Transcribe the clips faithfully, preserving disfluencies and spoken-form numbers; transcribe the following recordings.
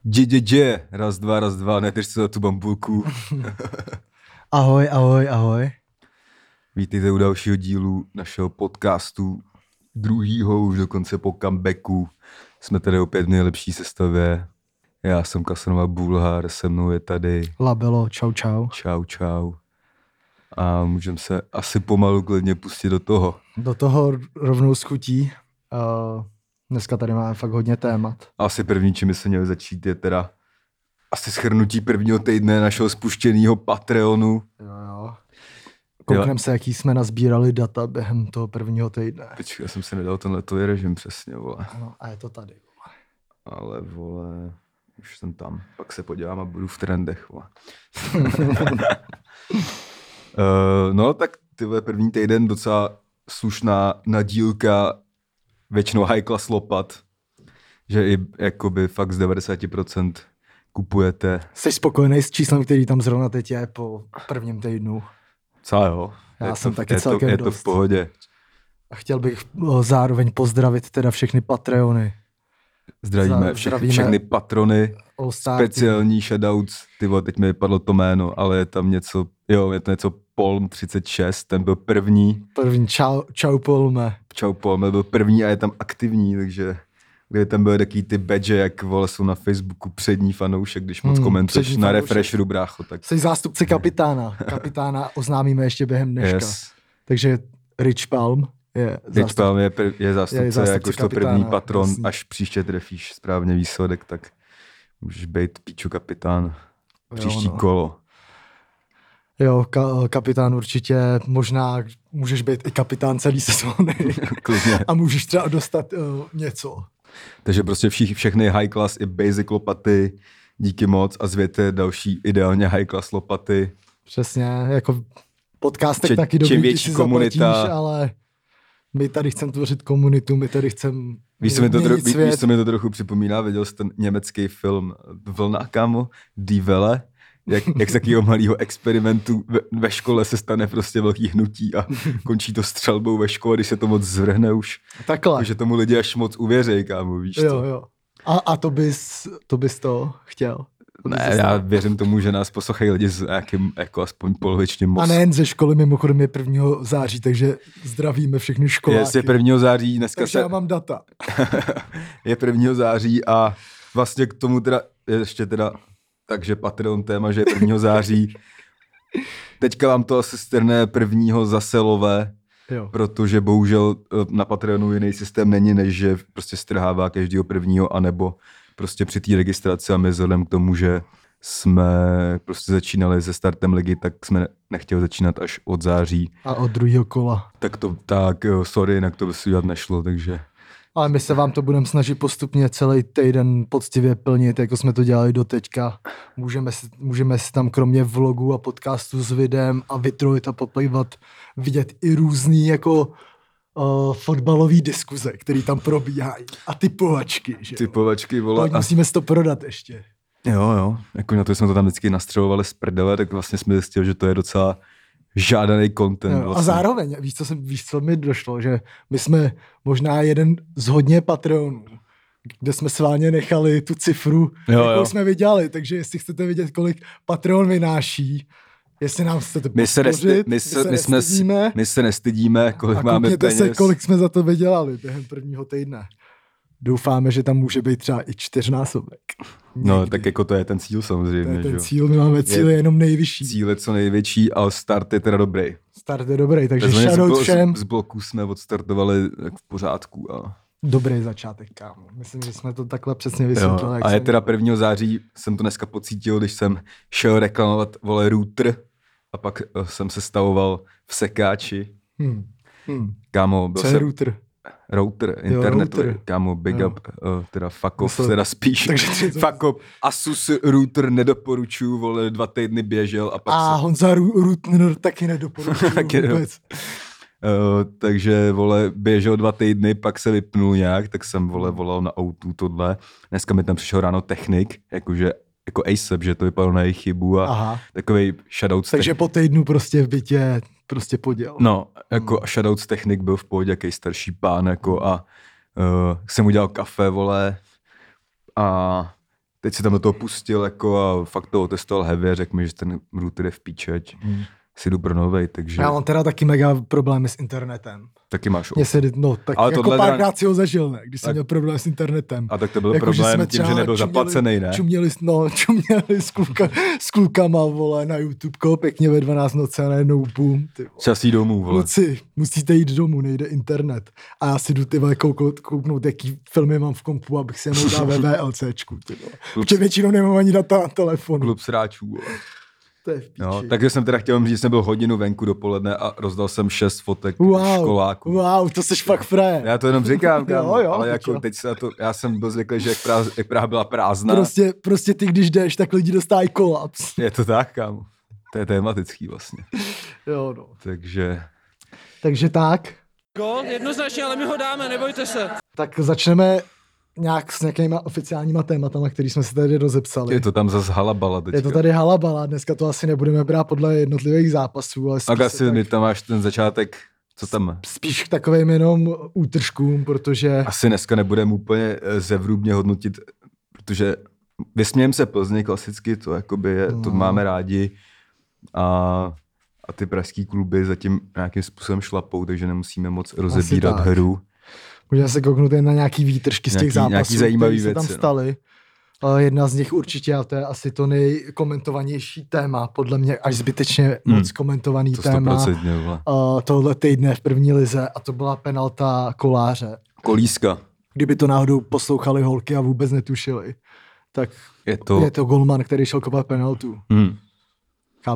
Dě, dě, dě, raz, dva, raz, dva, nedrž se za tu bambulku. Ahoj, ahoj, ahoj. Vítejte u dalšího dílu našeho podcastu, druhýho už dokonce po comebacku. Jsme tady opět v nejlepší sestavě. Já jsem Kasanova Bulhar, se mnou je tady Labelo, čau, čau. Čau, čau. A můžeme se asi pomalu klidně pustit do toho. Do toho rovnou schutí. Uh, dneska tady máme fakt hodně témat. Asi první, čím se měli začít, je teda asi shrnutí prvního týdne našeho spuštěného Patreonu. Jo, jo. Koukneme se, jaký jsme nazbírali data během toho prvního týdne. Počkej, já jsem si nedal ten letový režim přesně, vole. No, a je to tady, vole. Ale, vole, už jsem tam. Pak se podívám a budu v trendech, vole. uh, no, tak tyhle první týden docela slušná nadílka, většinou high class lopat, že i jakoby fakt z devadesát procent kupujete. Jsi spokojený s číslem, který tam zrovna teď je po prvním týdnu? Co jo? Já je jsem to, taky je celkem to, je to dost. v pohodě. A chtěl bych o, zároveň pozdravit teda všechny Patreony. Zdravíme, Za- všech, zdravíme všechny patrony, All Star speciální shoutouts, ty vole, teď mi vypadlo to jméno, ale je tam něco, jo, je to něco Polm třicet šest, ten byl první. První, čau, čau Polme. Čau Polm, byl první a je tam aktivní, takže kdyby tam byly takový ty badge, jak vole jsou na Facebooku přední fanoušek, když moc Hmm, komentuješ přední na fanoušek. refresheru, brácho, tak Jsi zástupce kapitána. Kapitána oznámíme ještě během dneška. yes. Takže Rich Palm je Teď zástup... Palm je, pr- je zástupce, je zástupce jakožto kapitána, první patron, jasný. až příště trefíš správně výsledek, tak můžeš být píču kapitán příští Jo, no. kolo. Jo, ka- kapitán určitě, možná můžeš být i kapitán celý sezóny. Klidně. A můžeš třeba dostat uh, něco. Takže prostě všich, všechny high class i basic lopaty, díky moc a zvěte další ideálně high class lopaty. Přesně, jako podcastek Či- taky čím dobrý, větší ty si komunita- zaplatíš, ale my tady chceme tvořit komunitu, my tady chceme Víš, co mi to, tro- měnit ví, svět. víš, co mi to trochu připomíná? Viděl jsi ten německý film Vlna, kámo? Die Welle? Jak, jak z takového malého experimentu ve, ve škole se stane prostě velký hnutí a končí to střelbou ve škole, když se to moc zvrhne už. Takhle. Takže tomu lidi až moc uvěří, kámo, víš Jo, co? jo. A, a to bys, to bys to chtěl? To bys Ne, se já stal? věřím tomu, že nás poslouchají lidi s nějakým, jako aspoň polovičně A moc. nejen ze školy, mimochodem je prvního září, takže zdravíme všechny školáky. Jestli prvního září, dneska Takže se... já mám data. je prvního září a vlastně k tomu teda ještě teda takže Patreon téma, že je prvního září. Teďka vám to asi strne prvního zase lové, Jo. protože bohužel na Patreonu jiný systém není, než že prostě strhává každýho prvního, anebo prostě při té registraci a my vzhledem k tomu, že jsme prostě začínali se startem ligy, tak jsme nechtěli začínat až od září. A od druhého kola. Tak to, tak jo, sorry, jinak to by si udělat nešlo, takže... Ale my se vám to budeme snažit postupně celý týden poctivě plnit, jako jsme to dělali do teďka. Můžeme si, můžeme si tam kromě vlogu a podcastu s videem a vytrojit a poplivat vidět i různý jako uh, fotbalový diskuze, které tam probíhají. A typovačky, že jo. Typovačky, vole. Pojď, a- musíme si to prodat ještě. Jo, jo, jako na to jsme to tam vždycky nastřelovali z prdele, tak vlastně jsme zjistili, že to je docela žádaný content. Jo, Vlastně. a zároveň, víš co, jsem, víš, co mi došlo, že my jsme možná jeden z hodně Patreonů, kde jsme sválně nechali tu cifru, Jo, jakou jo. jsme vydělali, takže jestli chcete vidět, kolik Patreon vynáší, jestli nám chcete My se, nesti, podpořit, my, se, my, jsme, nestydíme my se nestydíme, kolik a máme koukněte peněz. se, kolik jsme za to vydělali během prvního týdne. Doufáme, že tam může být třeba i čtyřnásobek. No, Někdy. tak jako to je ten cíl To samozřejmě, je že ten jo. cíl, my máme cíl Je- jenom nejvyšší. Cíl je co největší, ale start je teda dobrý. Start je dobrý, takže Takzvaně z, shoutout blo- všem. z, z bloku jsme odstartovali jak v pořádku. A, Dobrý začátek, kámo. Myslím, že jsme to takhle přesně jo, vysvětlili. jak a je jsem- teda prvního září, jsem to dneska pocítil, když jsem šel reklamovat, vole, router a pak uh, jsem se stavoval v sekáči. Hmm. Hmm. Kámo, byl Co je jsem... router? Router, internetový, router. kámo, big Jo. up, uh, teda fuck off, Myslel- teda spíš, Takže ty to- fuck off, Asus router nedoporučuju, vole, dva týdny běžel a pak A se, Honza Ru- Rutner taky nedoporučuju Taky ne. vůbec. uh, takže, vole, běžel dva týdny, pak se vypnul nějak, tak jsem, vole, volal na autu tohle, dneska mi tam přišel ráno technik, jakože, jako ASAP, že to vypadalo na jejich chybu a Aha. takovej shoutout z Takže po týdnu prostě v bytě prostě poděl. No, jako hmm. Shadow's technik byl v pohodě, jaký starší pán, jako a uh, jsem udělal kafe, vole, a teď se tam do toho pustil jako a fakt to otestoval heavy a řekl mi, že ten router je v píčeť. Hmm. Si jdu pro novej, takže... Já mám teda taky mega problémy s internetem. Taky máš Mě se, no, tak ale jako párkrát dran... si ho zažil, ne? Když jsem tak... měl problém s internetem. A tak to byl jako, problém tím, že nebyl čuměli, zaplacený, ne? Čuměli, no, čuměli s, kluka, s klukama, vole, na YouTube, ko, pěkně ve dvanáct noci a najednou boom, ty vole. Časí domů, vole. Kluci, musíte jít domů, nejde internet. A já si jdu, ty vole, kouknout, kouknout, jaký filmy mám v kompu, abych si je mohl dát ve VLCčku, ty vole. Protože většinou nemám ani data na telefonu. Klub sráčů, vole. To je v píči. No, takže jsem teda chtěl říct, že jsem byl hodinu venku dopoledne a rozdal jsem šest fotek wow, školáků. Wow, to jsi fakt fré. Já to jenom říkám, kámo, jo, jo, ale jako jo. teď se to, já jsem byl zvyklý, že jak Praha, jak Praha byla prázdná. Prostě, prostě ty, když jdeš, tak lidi dostávají kolaps. Je to tak, kámo. To je tematický vlastně. Jo, no. Takže... Takže tak. Gól, jednoznačně, ale my ho dáme, nebojte se. Tak začneme nějak s nějakýma oficiálníma tématama, který jsme si tady rozepsali. Je to tam zase halabala teďka. Je to tady halabala, dneska to asi nebudeme brát podle jednotlivých zápasů, ale tak asi tak, mi tam máš ten začátek, co tam? Spíš k takovým jenom útržkům, protože... Asi dneska nebudeme úplně zevrubně hodnotit, protože vysmějeme se Plzni klasicky, to jakoby je, no. To máme rádi a, a ty pražský kluby zatím nějakým způsobem šlapou, takže nemusíme moc rozebírat hru. Můžeme se kouknout jen na nějaký výtržky z těch nějaký, zápasů, nějaký zajímavý které se tam věci, staly. No. Jedna z nich určitě, a to je asi to nejkomentovanější téma, podle mě až zbytečně hmm. moc komentovaný to téma uh, tohle týdne v první lize, a to byla penalta Koláře. Kolíska. Kdyby to náhodou poslouchali holky a vůbec netušili, tak je to, je to golman, který šel kopat penaltu. Hmm. Cháp...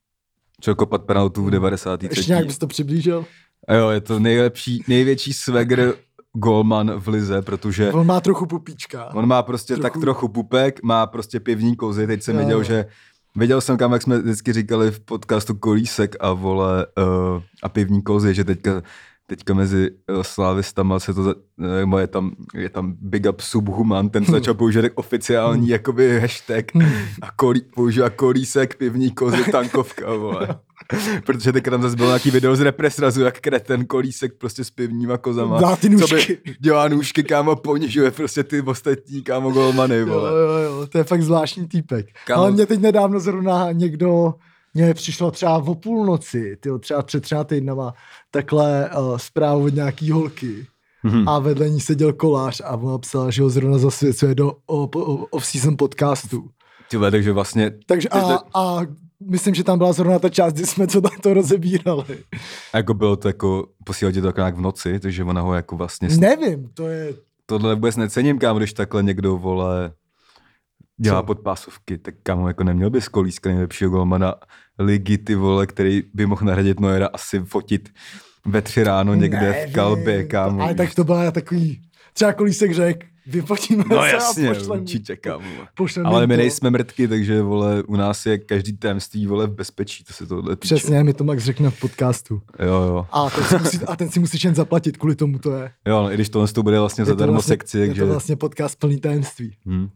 Šel kopat penaltu v devadesátém třetím Ještě nějak bys to přiblížil? A jo, je to nejlepší, největší swagger golman v lize, protože... On má trochu pupíčka. On má prostě trochu... tak trochu pupek, má prostě pěvní kozy. Teď jsem jo. viděl, že... Viděl jsem, kam, jak jsme vždycky říkali v podcastu Kolísek a vole uh, a pěvní kozy, že teďka, teďka mezi uh, slávistama se to... Uh, je, tam, je tam big up subhuman, ten začal používat oficiální jakoby hashtag a kolí, používá Kolísek, pěvní kozy, tankovka, vole. Protože teďka tam zase byl nějaký video z represrazu, jak kreten Kolísek prostě s pěvníma kozama. Dá ty nůžky. Dělá nůžky, kámo, ponižuje prostě ty ostatní, kámo, golmany, vole. Jo, jo, jo, to je fakt zvláštní týpek. Kámo... Ale mě teď nedávno zrovna někdo, mně přišlo třeba o půlnoci, tyjo, třeba před třeba týdnama, takhle uh, zprávu od nějaký holky. Mm-hmm. A vedle ní seděl Kolář a on psal, že ho zrovna zasvěcuje do off-season podcastu. Tyhle, takže vlastně... Takže a, a myslím, že tam byla zrovna ta část, kdy jsme to to rozebírali. A jako bylo to jako, posílal tě to jako nějak v noci, takže ona ho jako vlastně... Nevím, to je... Tohle vůbec necením, kámo, když takhle někdo, vole, dělá Co? podpásovky, tak kámo, jako neměl bys Kolíska nejlepšího golmana ligy, ty vole, který by mohl nahradit Neuera asi fotit ve tři ráno někde Nevím, v Kalbě, kámo. Ale tak to byla takový, třeba Kolísek řekl, vyfotíme no se jasně, a pošlem. určitě, kámo. Pošlem ale my to. nejsme mrtky, takže, vole, u nás je každý tajemství, vole, v bezpečí, to se tohle týče. Přesně, mi to Max řekne v podcastu. Jo, jo. A ten si musí, a ten si musíš jen zaplatit, kvůli tomu to je. Jo, no, i když tohle to bude vlastně je zadarmo vlastně, sekci, takže... Je to vlastně podcast plný tajemství. Hmm.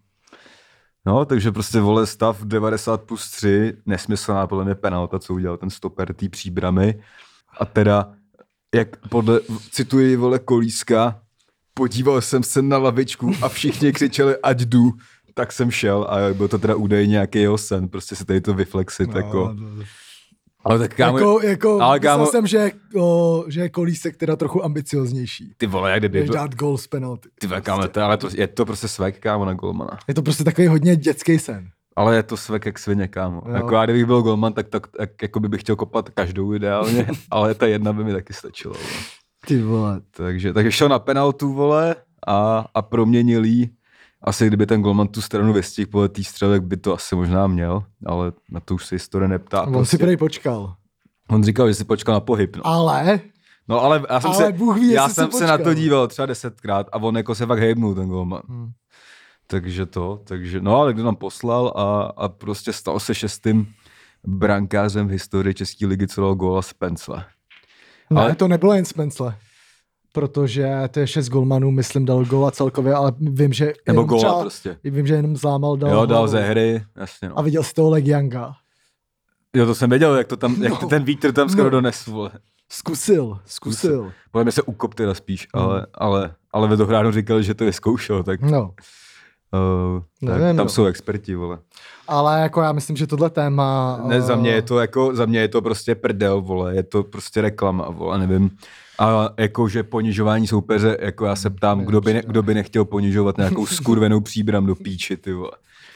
No, takže prostě, vole, stav devadesát plus tři, nesmyslná podle mě penalta, co udělal ten stoper tý Příbramy. A teda, jak podle, cituji, vole, Kolíska, podíval jsem se na lavičku a všichni křičeli, ať jdu, tak jsem šel a byl to teda údajně nějaký jeho sen, prostě se tady to vyflexit, no, jako. No. Ale tak kámo, jako, jako ale kámo, myslel jsem, že, o, že je Kolísek teda trochu ambicioznější. Ty vole, jak kdyby... Než dát gól z penalty. Ty vole, kámo, to, ale to, je to prostě svek, kámo, na golmana. Je to prostě takový hodně dětský sen. Ale je to svek jak svině, kámo. Jo. Jako já kdybych byl golman, tak, tak, tak jako by bych chtěl kopat každou ideálně, ale ta jedna by mi taky stačila. Vole. Ty vole. Takže, takže šel na penaltu, vole, a, a proměnil jí. Asi kdyby ten golman tu stranu vystihl podle tý střelek, by to asi možná měl, ale na to už se historie neptá. On prostě. si prej počkal. On říkal, že si počkal na pohyb. No. Ale... No ale já jsem, ale se, Bůh ví, já jsem se se na to díval třeba desetkrát a on jako se fakt hejbnul, ten golman. Hmm. Takže to, takže, no ale kdo nám poslal a, a prostě stal se šestým brankářem v historii České ligy, co dal góla z pencle. Ne, ale to nebylo jen z pencle. Protože to je šest golmanů, myslím, dal góla celkově, ale vím, že... Nebo góla třeba, prostě. Vím, že jenom zlámal dal... Jo, dal ze hry, jasně no. A viděl jsi toho Legianga. Jo, to jsem věděl, jak to tam, no, jak ten vítr tam skoro no. donesl, vole. Zkusil, zkusil. Podle mě se ukop teda spíš, hmm. ale, ale, ale ve dohránu říkali, že to vyzkoušel, tak... No. Uh, tak, Nevím, tam no. jsou experti, vole. Ale jako já myslím, že tohle téma... Ne, za mě je to jako, za mě je to prostě prdel, vole, je to prostě reklama, vole, nevím. A jako, že ponižování soupeře, jako já se ptám, kdo by, ne, kdo by nechtěl ponižovat nějakou skurvenou příbram do píči, ty vole.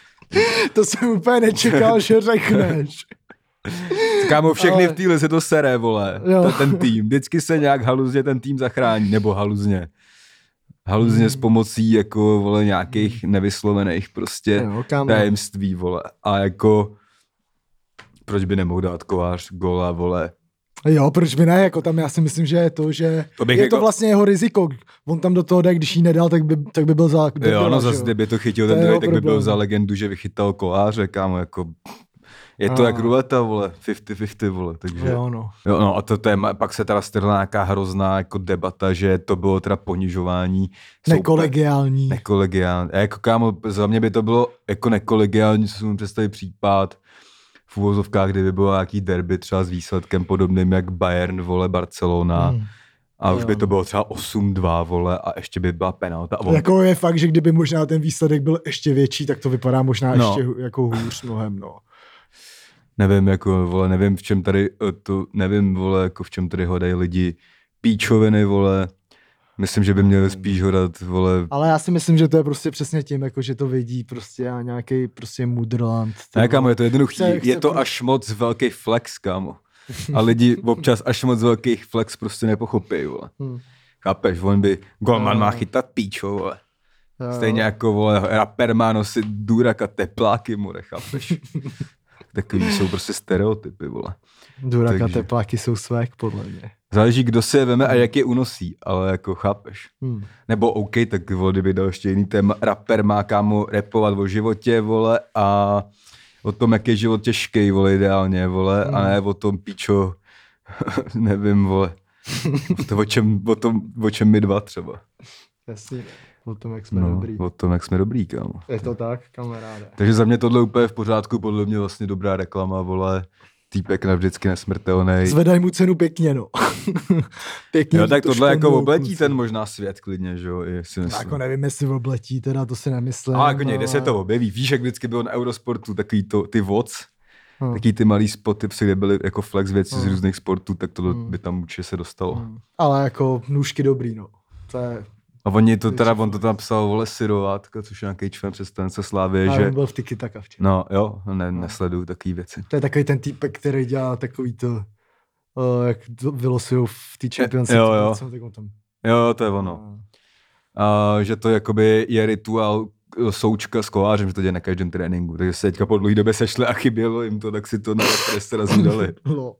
To jsem úplně nečekal, že řekneš. Kámo, všechny Ale... v týle se to sere, vole, ta, ten tým. Vždycky se nějak haluzně ten tým zachrání, nebo haluzně. Haluzně hmm. s pomocí, jako, vole, nějakých nevyslovených prostě jo, tajemství, vole. A jako, proč by nemohl dát Kolář gola, vole. Jo, proč by ne, jako tam já si myslím, že je to, že to je jako... to vlastně jeho riziko. On tam do toho jde, když jí nedal, tak by, tak by byl za... Jo, no zase, kdyby to chytil ten druhý, tak by byl za legendu, že vychytal Koláře, kámo, jako... Je to a... jak ruleta, vole, padesát padesát, vole, takže... Jo, no. Jo, no a to téma, pak se teda strhla nějaká hrozná jako debata, že to bylo teda ponižování. Nekolegiální. Soupe... Nekolegiální. A jako kámo, za mě by to bylo jako nekolegiální, co si mu představit případ v uvozovkách, kdyby bylo nějaký derby třeba s výsledkem podobným jak Bayern, vole, Barcelona. Hmm. A už jo. by to bylo třeba osm dva, vole, a ještě by byla penalta. On... Jako je fakt, že kdyby možná ten výsledek byl ještě větší, tak to vypadá možná no. ještě jako hůř mnohem, no. Nevím, jako, vole, nevím, v čem tady, to, nevím, vole, jako v čem tady hodají lidi píčoviny, vole. Myslím, že by měli spíš hodat, vole. Ale já si myslím, že to je prostě přesně tím, jako, že to vidí prostě a nějaký prostě mudrland. Ne, kámo, je to jednoduchý. Chce, chce je to pro... až moc velký flex, kámo. A lidi občas až moc velký flex prostě nepochopí, vole. Hmm. Chápeš, on by, golman má chytat píčo, vole. Stejně jako, vole, rapper má nosit důrak a tepláky, more, chápeš. Takový jsou prostě stereotypy, vole. Durak a tepláky jsou svek, podle mě. Záleží, kdo si je veme a jak je unosí, ale jako chápeš. Hmm. Nebo OK, tak vole, kdyby dal ještě jiný téma. Rapper má, kámo, rapovat o životě, vole, a o tom, jak je život těžký, vole, ideálně, vole, hmm. a ne o tom, píčo, nevím, vole, o, to, o, čem, o tom, o čem my dva třeba. Jasně. O tom, jak jsme no, dobrý. O tom, jak jsme dobrý, kámo. Je to tak, kamaráde. Takže za mě tohle úplně v pořádku, podle mě vlastně dobrá reklama, vole. Týpek navždycky nesmrtelnej. Zvedaj mu cenu pěkně, no. Pěkně. Jo, tak to tohle jako obletí ten možná svět klidně, že jo, si myslím. Jako nevím, jestli obletí, teda to si nemyslím. A jako někde ale... se to objeví. Víš, jak vždycky bylo na Eurosportu takový to, ty voc, hmm. takový ty malý spoty, kde byly jako flex věci hmm. z různých sportů, tak tohle hmm. by tam určitě se dostalo. Hmm. Ale jako nůžky dobrý, no. To je... A oni to teda, on to tam psal, vole, Sirovátka, což je nějaký člen představence Slávie, a že... on byl v Tiki Taka včera. No, jo, ne, no. nesleduju takový věci. To je takový ten týpek, který dělá takový to, uh, jak to vylosujou v té Champions League. Jo, jo. Tak on tam... jo, to je ono. No. A že to jakoby je rituál součka s kolářem, že to děje na každém tréninku. Takže se teďka po dlouhé době sešli a chybělo jim to, tak si to na restauraci dali. No.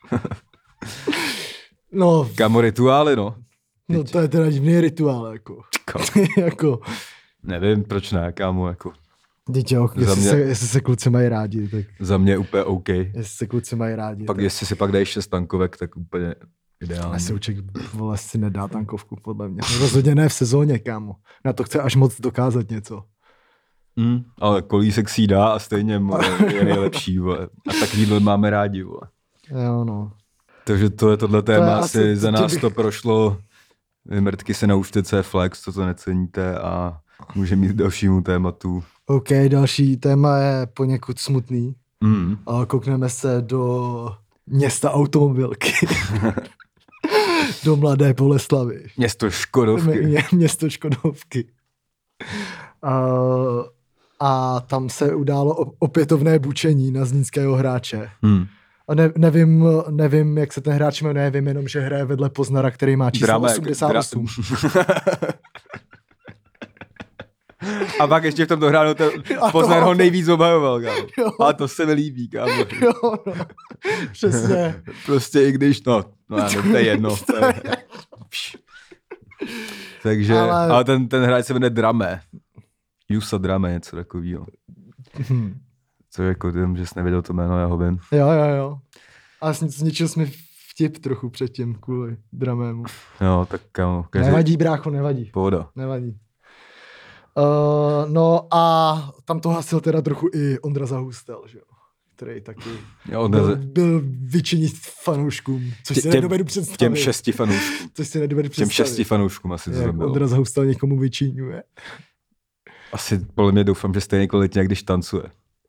no. Kámo, rituály, no. No to je teda divný rituál, jako. jako. Nevím, proč ne, kámo, jako. Teď jo, jestli, mě, se, jestli se kluci mají rádi, tak... Za mě úplně OK. Jestli se kluci mají rádi, pak, tak... Jestli si pak dají šest tankovek, tak úplně ideálně. Ale Souček, vole, si nedá tankovku, podle mě. Rozhodně ne v sezóně, kámo. Na to chce až moc dokázat něco. Mm, ale kolísek si dá a stejně je nejlepší, vole. A tak jídlo máme rádi, vole. Jo, no. Takže to je tohle téma, to je asi, asi za nás bych... to prošlo. Mrtky se naučte, co je flex, co to neceníte a můžeme jít k dalšímu tématu. OK, další téma je poněkud smutný. Mm. A koukneme se do města automobilky. Do Mladé Boleslavi. Město Škodovky. Mě, město Škodovky. A, a tam se událo opětovné bučení na zlínského hráče. Mm. A ne, nevím, nevím, jak se ten hráč jmenuje, vím jenom, že hraje vedle Poznara, který má číslo Dramek, osmdesát osm. Dra... A pak ještě v tom dohránu ten Poznar ho nejvíc obhajoval, kámo. A to se mi líbí, kámo. Jo, no. Přesně. Prostě i když, no, no já nevím, to je jedno. To je... Takže, ale, ale ten, ten hráč se jmenuje Drame. Jusa Drame, něco takového. Hmm. Co jako tím, že jsi nevěděl to jméno, já ho vím. Jo, jo, jo. A zničil jsi mi vtip trochu předtím kvůli Dramému. Jo, tak kámo. Každý... Nevadí, brácho, nevadí. Pohoda. Nevadí. Uh, no a tam to hasil teda trochu i Ondra Zahustel, že jo, který taky jo, byl, byl vyčinit fanouškům, což si nedovedu představit. Těm šesti fanouškům. Což si nedovedu představit. Těm šesti fanouškům asi to byl. Ondra Zahustel někomu vyčinuje. Asi podle mě doufám, že stejně kvalitně, jak když tancuje.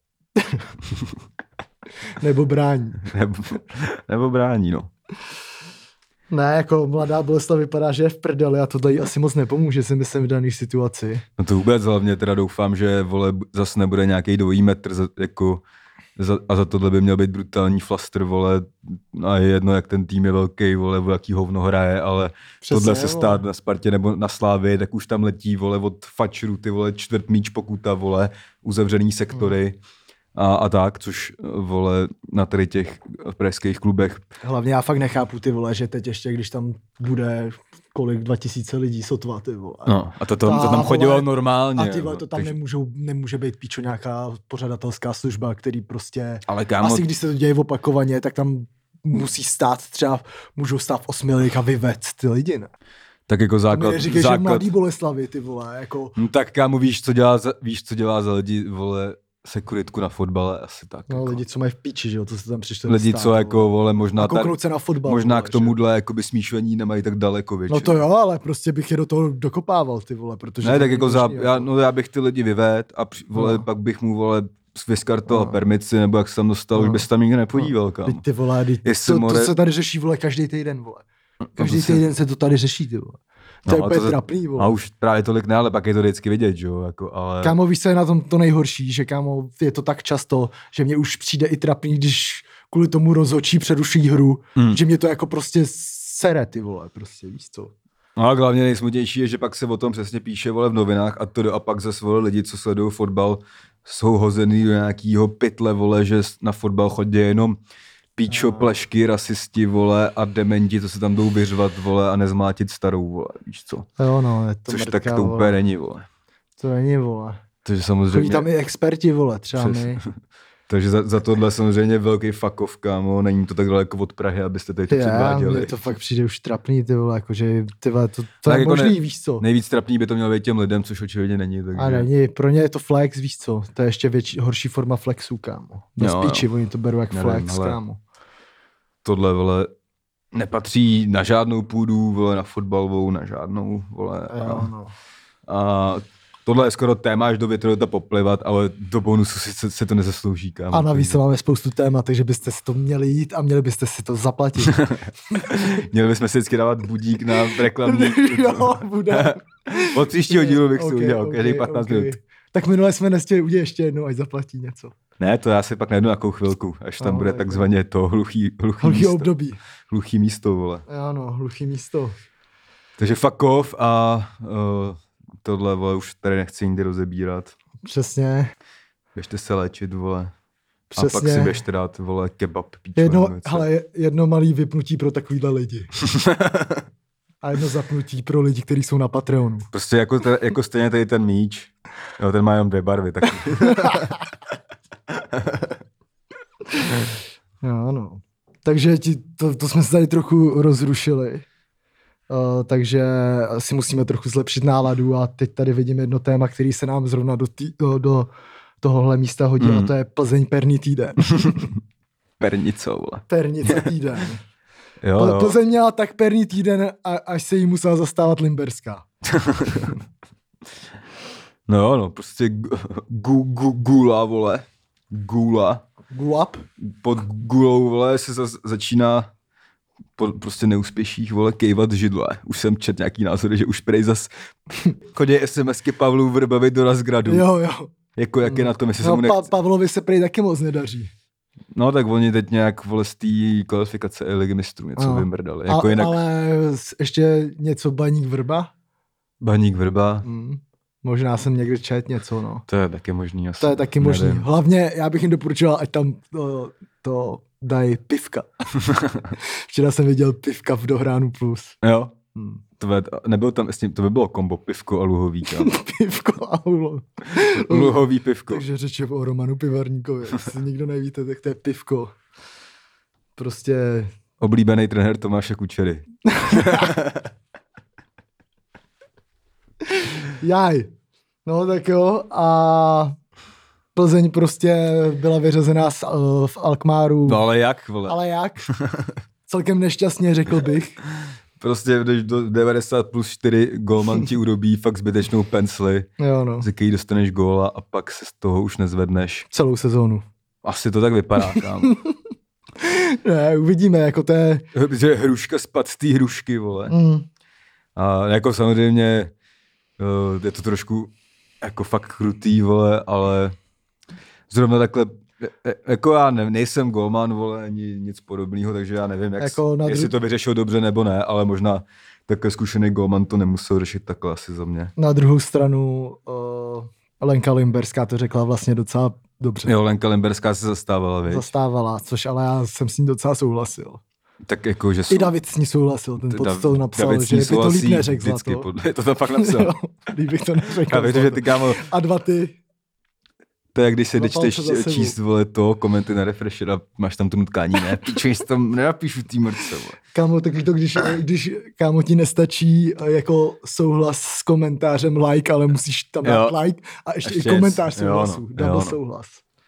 Nebo brání. nebo, nebo brání, no. Ne, jako mladá Boleslav vypadá, že je v prdeli a to tady asi moc nepomůže, si myslím, v dané situaci. No to vůbec hlavně teda doufám, že vole zase nebude nějaký dvojí metr za, jako, za, a za tohle by měl být brutální flaster, vole, a je jedno, jak ten tým je velký, vole, o jaký hovno hraje, ale Přesně, tohle se vole. stát na Spartě nebo na Slávii, tak už tam letí, vole, od fačru, ty vole, čtvrt míč pokuta, vole, uzavřený sektory. Hmm. A, a tak, což, vole, na tady těch pražských klubech. Hlavně já fakt nechápu, ty vole, že teď ještě, když tam bude kolik, dva tisíce lidí sotva, ty vole. No, a to, to, to A, tam chodilo vole, normálně. A ty vole, jo, to tam takže- nemůžou, nemůže být píčo nějaká pořadatelská služba, který prostě, Ale kámo, asi když se to děje opakovaně, tak tam musí stát třeba, můžou stát v osmi lidech a vyvést ty lidi, ne? tak jako To mi základ, neříkej, že základ mladý Boleslavy, ty vole, jako, no tak kámo, víš, co dělá za, víš, co dělá za lidi, vole, sekuritku na fotbale, asi tak. no jako. lidi, co mají v píči, že jo, to se tam přišlo Lidi, co jako, vole, možná, a tar, kouknout se na fotbal. možná vole, k že? tomuhle jakoby smíšení nemají tak daleko většinou. No to jo, ale prostě bych je do toho dokopával, ty vole, protože... Ne, to tak není jako, za, možný, já, no, já bych ty lidi vyvedl a při, vole, No. pak bych mu, vole, vyskartoval No. permici, nebo jak se tam dostal, No. už by se tam nikdo nepodíval, kámo. Teď ty vole, teď Jestli to, more- to, se tady řeší, vole, každý týden, vole. Každý to se- týden se to tady řeší, ty vole. To je No, a úplně to se- trapný, vole. A už právě tolik ne, ale pak je to vždycky vidět, že jo, jako, ale... Kámo, víš, co je na tom to nejhorší, že kámo, je to tak často, že mě už přijde i trapný, když kvůli tomu rozhodčí přeruší hru, Hmm. že mě to jako prostě sere, ty vole, prostě, víš co. No a hlavně nejsmutnější je, že pak se o tom přesně píše, vole, v novinách a to a pak zase, vole, lidi, co sledují fotbal, jsou hozený do nějakýho pytle, vole, že na fotbal chodí jenom píčo, plešky, rasisti, vole, a dementi, co se tam jdou vyřvat, vole, a nezmlátit starou, vole, víš co. Jo, no, je to Což mrtka, tak to vole. úplně není, vole. To není, vole. Takže Chodí samozřejmě... tam i experti, vole, třeba Přes- my. Takže za, za tohle samozřejmě velký fuck off, kámo, není to tak daleko od Prahy, abyste tady to Já, předváděli. mně to fakt přijde už trapný, ty vole, jakože, ty vole, to, to Tak je jako možný, ne- víš co. Nejvíc trapný by to mělo být těm lidem, což očividně není. Takže... A není, pro ně je to flex, víš co, to je ještě větší, horší forma flexu, kámo. Bez Jo, píči, jo. oni to berou jak Nevím, flex, ale- kámo. Tohle, vole, nepatří na žádnou půdu, vole, na fotbalovou, na žádnou, vole. Jo, A, no. a tohle je skoro téma, až do větru to poplivat, ale do bonusu si, se, se to nezaslouží, kámo. A navíc Takže máme spoustu témat, takže byste si to měli jít a měli byste si to zaplatit. Měli bychom si vždycky dávat budík na reklamní. Jo, bude. Od příštího dílu bych si Ok, udělal, ok, každý patnáct ok. minut. Tak minule jsme nestihli udělat ještě jednou, ať zaplatí něco. Ne, to já si pak najdu nějakou chvilku, až tam No, bude jako- takzvaně to hluchý, hluchý, Hluchý místo. období. Hluchý místo, vole. Jo, no, hluchý místo. Takže fuck off a uh, tohle, vole, už tady nechci nikdy rozebírat. Přesně. Běžte se léčit, vole. Přesně. A pak si běžte dát, vole, kebab, píčo. Jedno, nebo něco. hele, jedno malý vypnutí pro takovýhle lidi. A jedno zapnutí pro lidi, kteří jsou na Patreonu. Prostě jako, te, jako stejně tady ten míč. Jo, ten má jenom dvě barvy, tak Jo, no. Takže ti, to, to jsme se tady trochu rozrušili. Uh, takže si musíme trochu zlepšit náladu a teď tady vidím jedno téma, který se nám zrovna do, tý, do, do tohohle místa hodí Mm. a to je Plzeň perný týden. pernico, vole. Pernice týden. Jo, Pl- jo. Plzeň měla tak perný týden, a, až se jí musela zastávat Limberská. No jo, no, prostě gu, gu, gu, gula, vole. Gula. Guap. Pod gulou, vole, se zas, začíná po prostě neúspěších, vole, kejvat židle. Už jsem čet nějaký názory, že už prej zas chodí SMSky Pavlu Vrbovi do Razgradu. Jo, jo. Jako jak je na tom, jestli se No, mu nechce... pa- Pavlovi se prej taky moc nedaří. No tak oni teď nějak, vole, z té kvalifikace Ligy mistrů něco No. vymrdali. Jako A, jinak Ale s- ještě něco Baník Vrba? Baník Vrba, Hmm. Možná jsem někde čet něco, no. to je taky možný asi. To je taky možný. Nevím. Hlavně já bych jim doporučoval, ať tam to, to dají pivka. Včera jsem viděl pivka v Dohránu plus. Jo, Hmm. to, by, nebylo tam, s tím- to by bylo kombo pivko a luhový, kámo. Pivko a ulo. Luhový pivko. Takže řeč je o Romanu Pivarníkovi. Jestli nikdo nevíte, tak to je pivko. Prostě Oblíbený trenér Tomáše Kučery. jaj. No tak jo a Plzeň prostě byla vyřazená z, uh, v Alkmáru. No ale jak, vole? Ale jak? Celkem nešťastně, řekl bych. prostě jdeš do devadesát plus čtyři, golman ti urobí fakt zbytečnou pensli, Jo, no. ze který dostaneš góla a pak se z toho už nezvedneš. Celou sezónu. Asi to tak vypadá, kámo. Ne, uvidíme, jako to je... Že hruška spad z té hrušky, vole. Mm. A jako samozřejmě uh, je to trošku jako fakt krutý, vole, ale zrovna takhle, jako já ne, nejsem golman, vole, ani nic podobného, takže já nevím, jak, Jako na jestli dru- to vyřešil dobře nebo ne, ale možná takhle zkušený golman to nemusel řešit takhle asi za mě. Na druhou stranu uh, Lenka Limberská to řekla vlastně docela dobře. Jo, Lenka Limberská se zastávala, viď? Zastávala, což ale já jsem s ní docela souhlasil. Tak jako, že I David s ní souhlasil, ten pod to napsal, David s že ní by to líp souhlasí neřekl za vždycky, to. podle, to tam fakt napsal. Jo, líp bych to neřekl. Já věřím, že ty, kámo, A dva ty. to je, když se Dva čteš palce za sebou. číst, vole, to, komenty na Refresher a máš tam to nutkání, ne, píču, jestli tam nenapíšu tý mrce, vole. Kámo, taky to, když, když kámo ti nestačí eh, jako souhlas s komentářem like, ale musíš tam dát Jo. like a ještě, Ještě i komentář je- jo, no, souhlasu. jo, Double no. souhlas.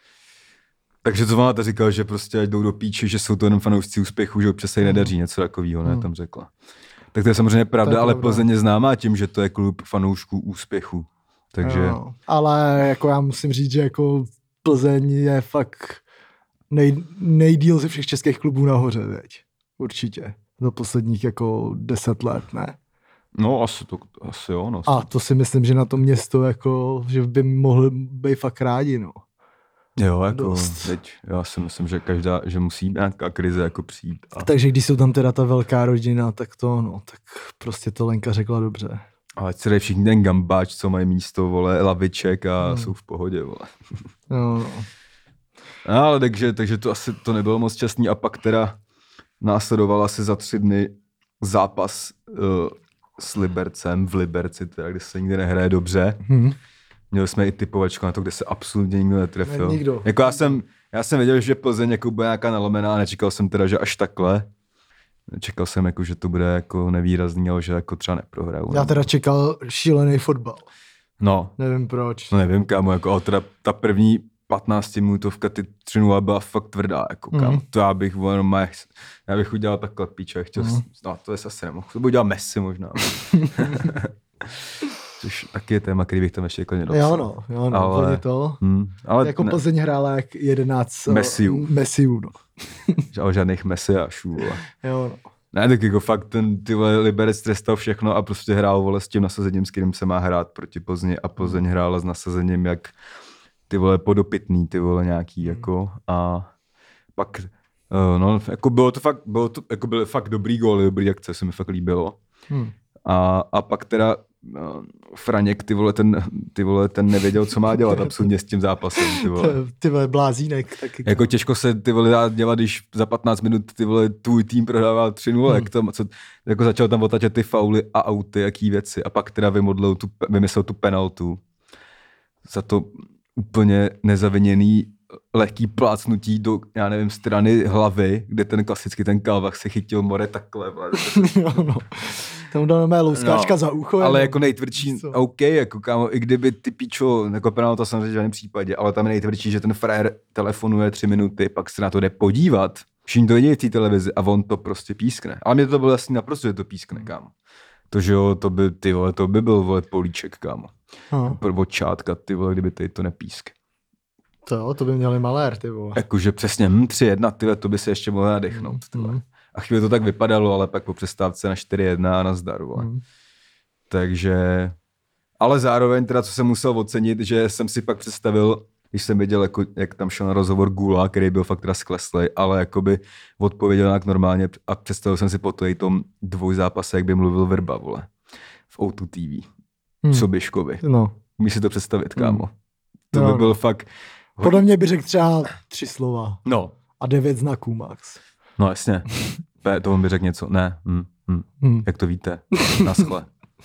Takže co máte říkal, že prostě ať jdou do píči, že jsou to jenom fanoušci úspěchu, že občas se jí nedaří, něco takového, ne, Hmm. tam řekla. Tak to je samozřejmě pravda, To je ale pravda. Plzeň je známá tím, že to je klub fanoušků úspěchu. Takže Jo. Ale jako já musím říct, že jako Plzeň je fakt nej, nejdíl ze všech českých klubů nahoře teď. Určitě. Za posledních jako deset let, ne? no asi to, asi jo, no. A to si myslím, že na to město jako, že by mohli být fakt rádi, no. Jo, jako Dost. teď, já si myslím, že každá, že musí nějaká krize jako přijít. A, Takže když jsou tam teda ta velká rodina, tak to, no, tak prostě to Lenka řekla dobře. a ať se dají všichni ten gambáč, co mají místo, vole, laviček a Hmm. jsou v pohodě, vole. No, no. No, ale takže, takže to asi to nebylo moc čestný a pak teda následoval asi za tři dny zápas uh, s Libercem v Liberci, teda, kde se nikdy nehraje dobře. Hm. Měli jsme i typovačku na to, kde se absolutně nikdo netrefil. Ne, nikdo. Jako já jsem, já jsem věděl, že Plzeň jako bude nějaká nalomená, nečekal jsem teda, že až takhle. Čekal jsem, jako, že to bude jako nevýrazný, ale že jako třeba neprohrajou. Já teda čekal šílený fotbal. No, Nevím proč. no nevím, kámo, jako, ale teda ta první patnáctiminutovka, ty tři nula byla fakt tvrdá, jako, kámo. Mhm. To já bych, vole, já bych udělal takhle píče, chtěl, Mhm. no to je asi nemohl, to by udělal Messi možná. Což taky je téma, který bych tam ještě jako nedopsal. Jo no, jo no, Ale- ale... to. Hmm, ale Jako ne, Plzeň hrála jak jedenáct Messiů. Messiů, no. ale žádných mesiášů, vole. Jo no. Ne, tak jako fakt ten ty vole Liberec trestal všechno a prostě hrál, vole, s tím nasazením, s kterým se má hrát proti Plzni a Plzeň hrála s nasazením jak ty vole podopitný, ty vole nějaký, jako a pak, uh, no, jako bylo to fakt, bylo to, jako byly fakt dobrý góly, dobrý akce, se mi fakt líbilo. Hm. A, a pak teda uh, Franěk, ty vole, ten, ty vole, ten nevěděl, co má dělat absolutně s tím zápasem, ty vole. Ty vole, blázínek taky. Jako těžko se ty vole dá dělat, když za patnáct minut ty vole tvůj tým prodával tři nula, Hmm. jak tam, co, jako začal tam otačet ty fauly a auty, jaký věci a pak teda vymodlil tu, vymyslel tu penaltu za to úplně nezaviněný lehký plácnutí do, já nevím, strany hlavy, kde ten klasicky ten Kalvach se chytil more takhle. vole. Jo, no. Tam dal mé louskáčka No, za ucho. Ale jenom. jako nejtvrdší, Co? OK, jako kámo, i kdyby ty píčo, jako penalta samozřejmě v žádném případě, ale tam je nejtvrdší, že ten frajer telefonuje tři minuty, pak se na to jde podívat, všichni to vidí v té televizi a on to prostě pískne. Ale mě to bylo jasný naprosto, že to pískne, kámo. To, že jo, to by, ty vole, to by byl, vole, políček, kámo. No, Prvočátka, ty vole, kdyby tady to nepísk. to jo, to by měli malér, ty vole. Jakože přesně, hm, tři jedna, ty vole, to by se ještě mohlo nadechnout, ty vole. Mm. A chvíli to tak vypadalo, ale pak po přestávce na čtyři jedna a nazdar, vole. Mm. Takže, ale zároveň teda, co jsem musel ocenit, že jsem si pak představil, když jsem viděl, jako, jak tam šel na rozhovor Gula, který byl fakt teda skleslej, ale jakoby odpověděl nějak normálně a představil jsem si po to i tom dvojzápase, jak by mluvil Vrba, vole, v O dva T V, Hmm. Sobiškovi. No. Umíš si to představit, kámo? To No, by no. byl fakt, Podle mě by řekl třeba tři slova no, a devět znaků max. no jasně, P, to on by řekl něco, ne, hm, hm. Hm. Jak to víte? Naschle.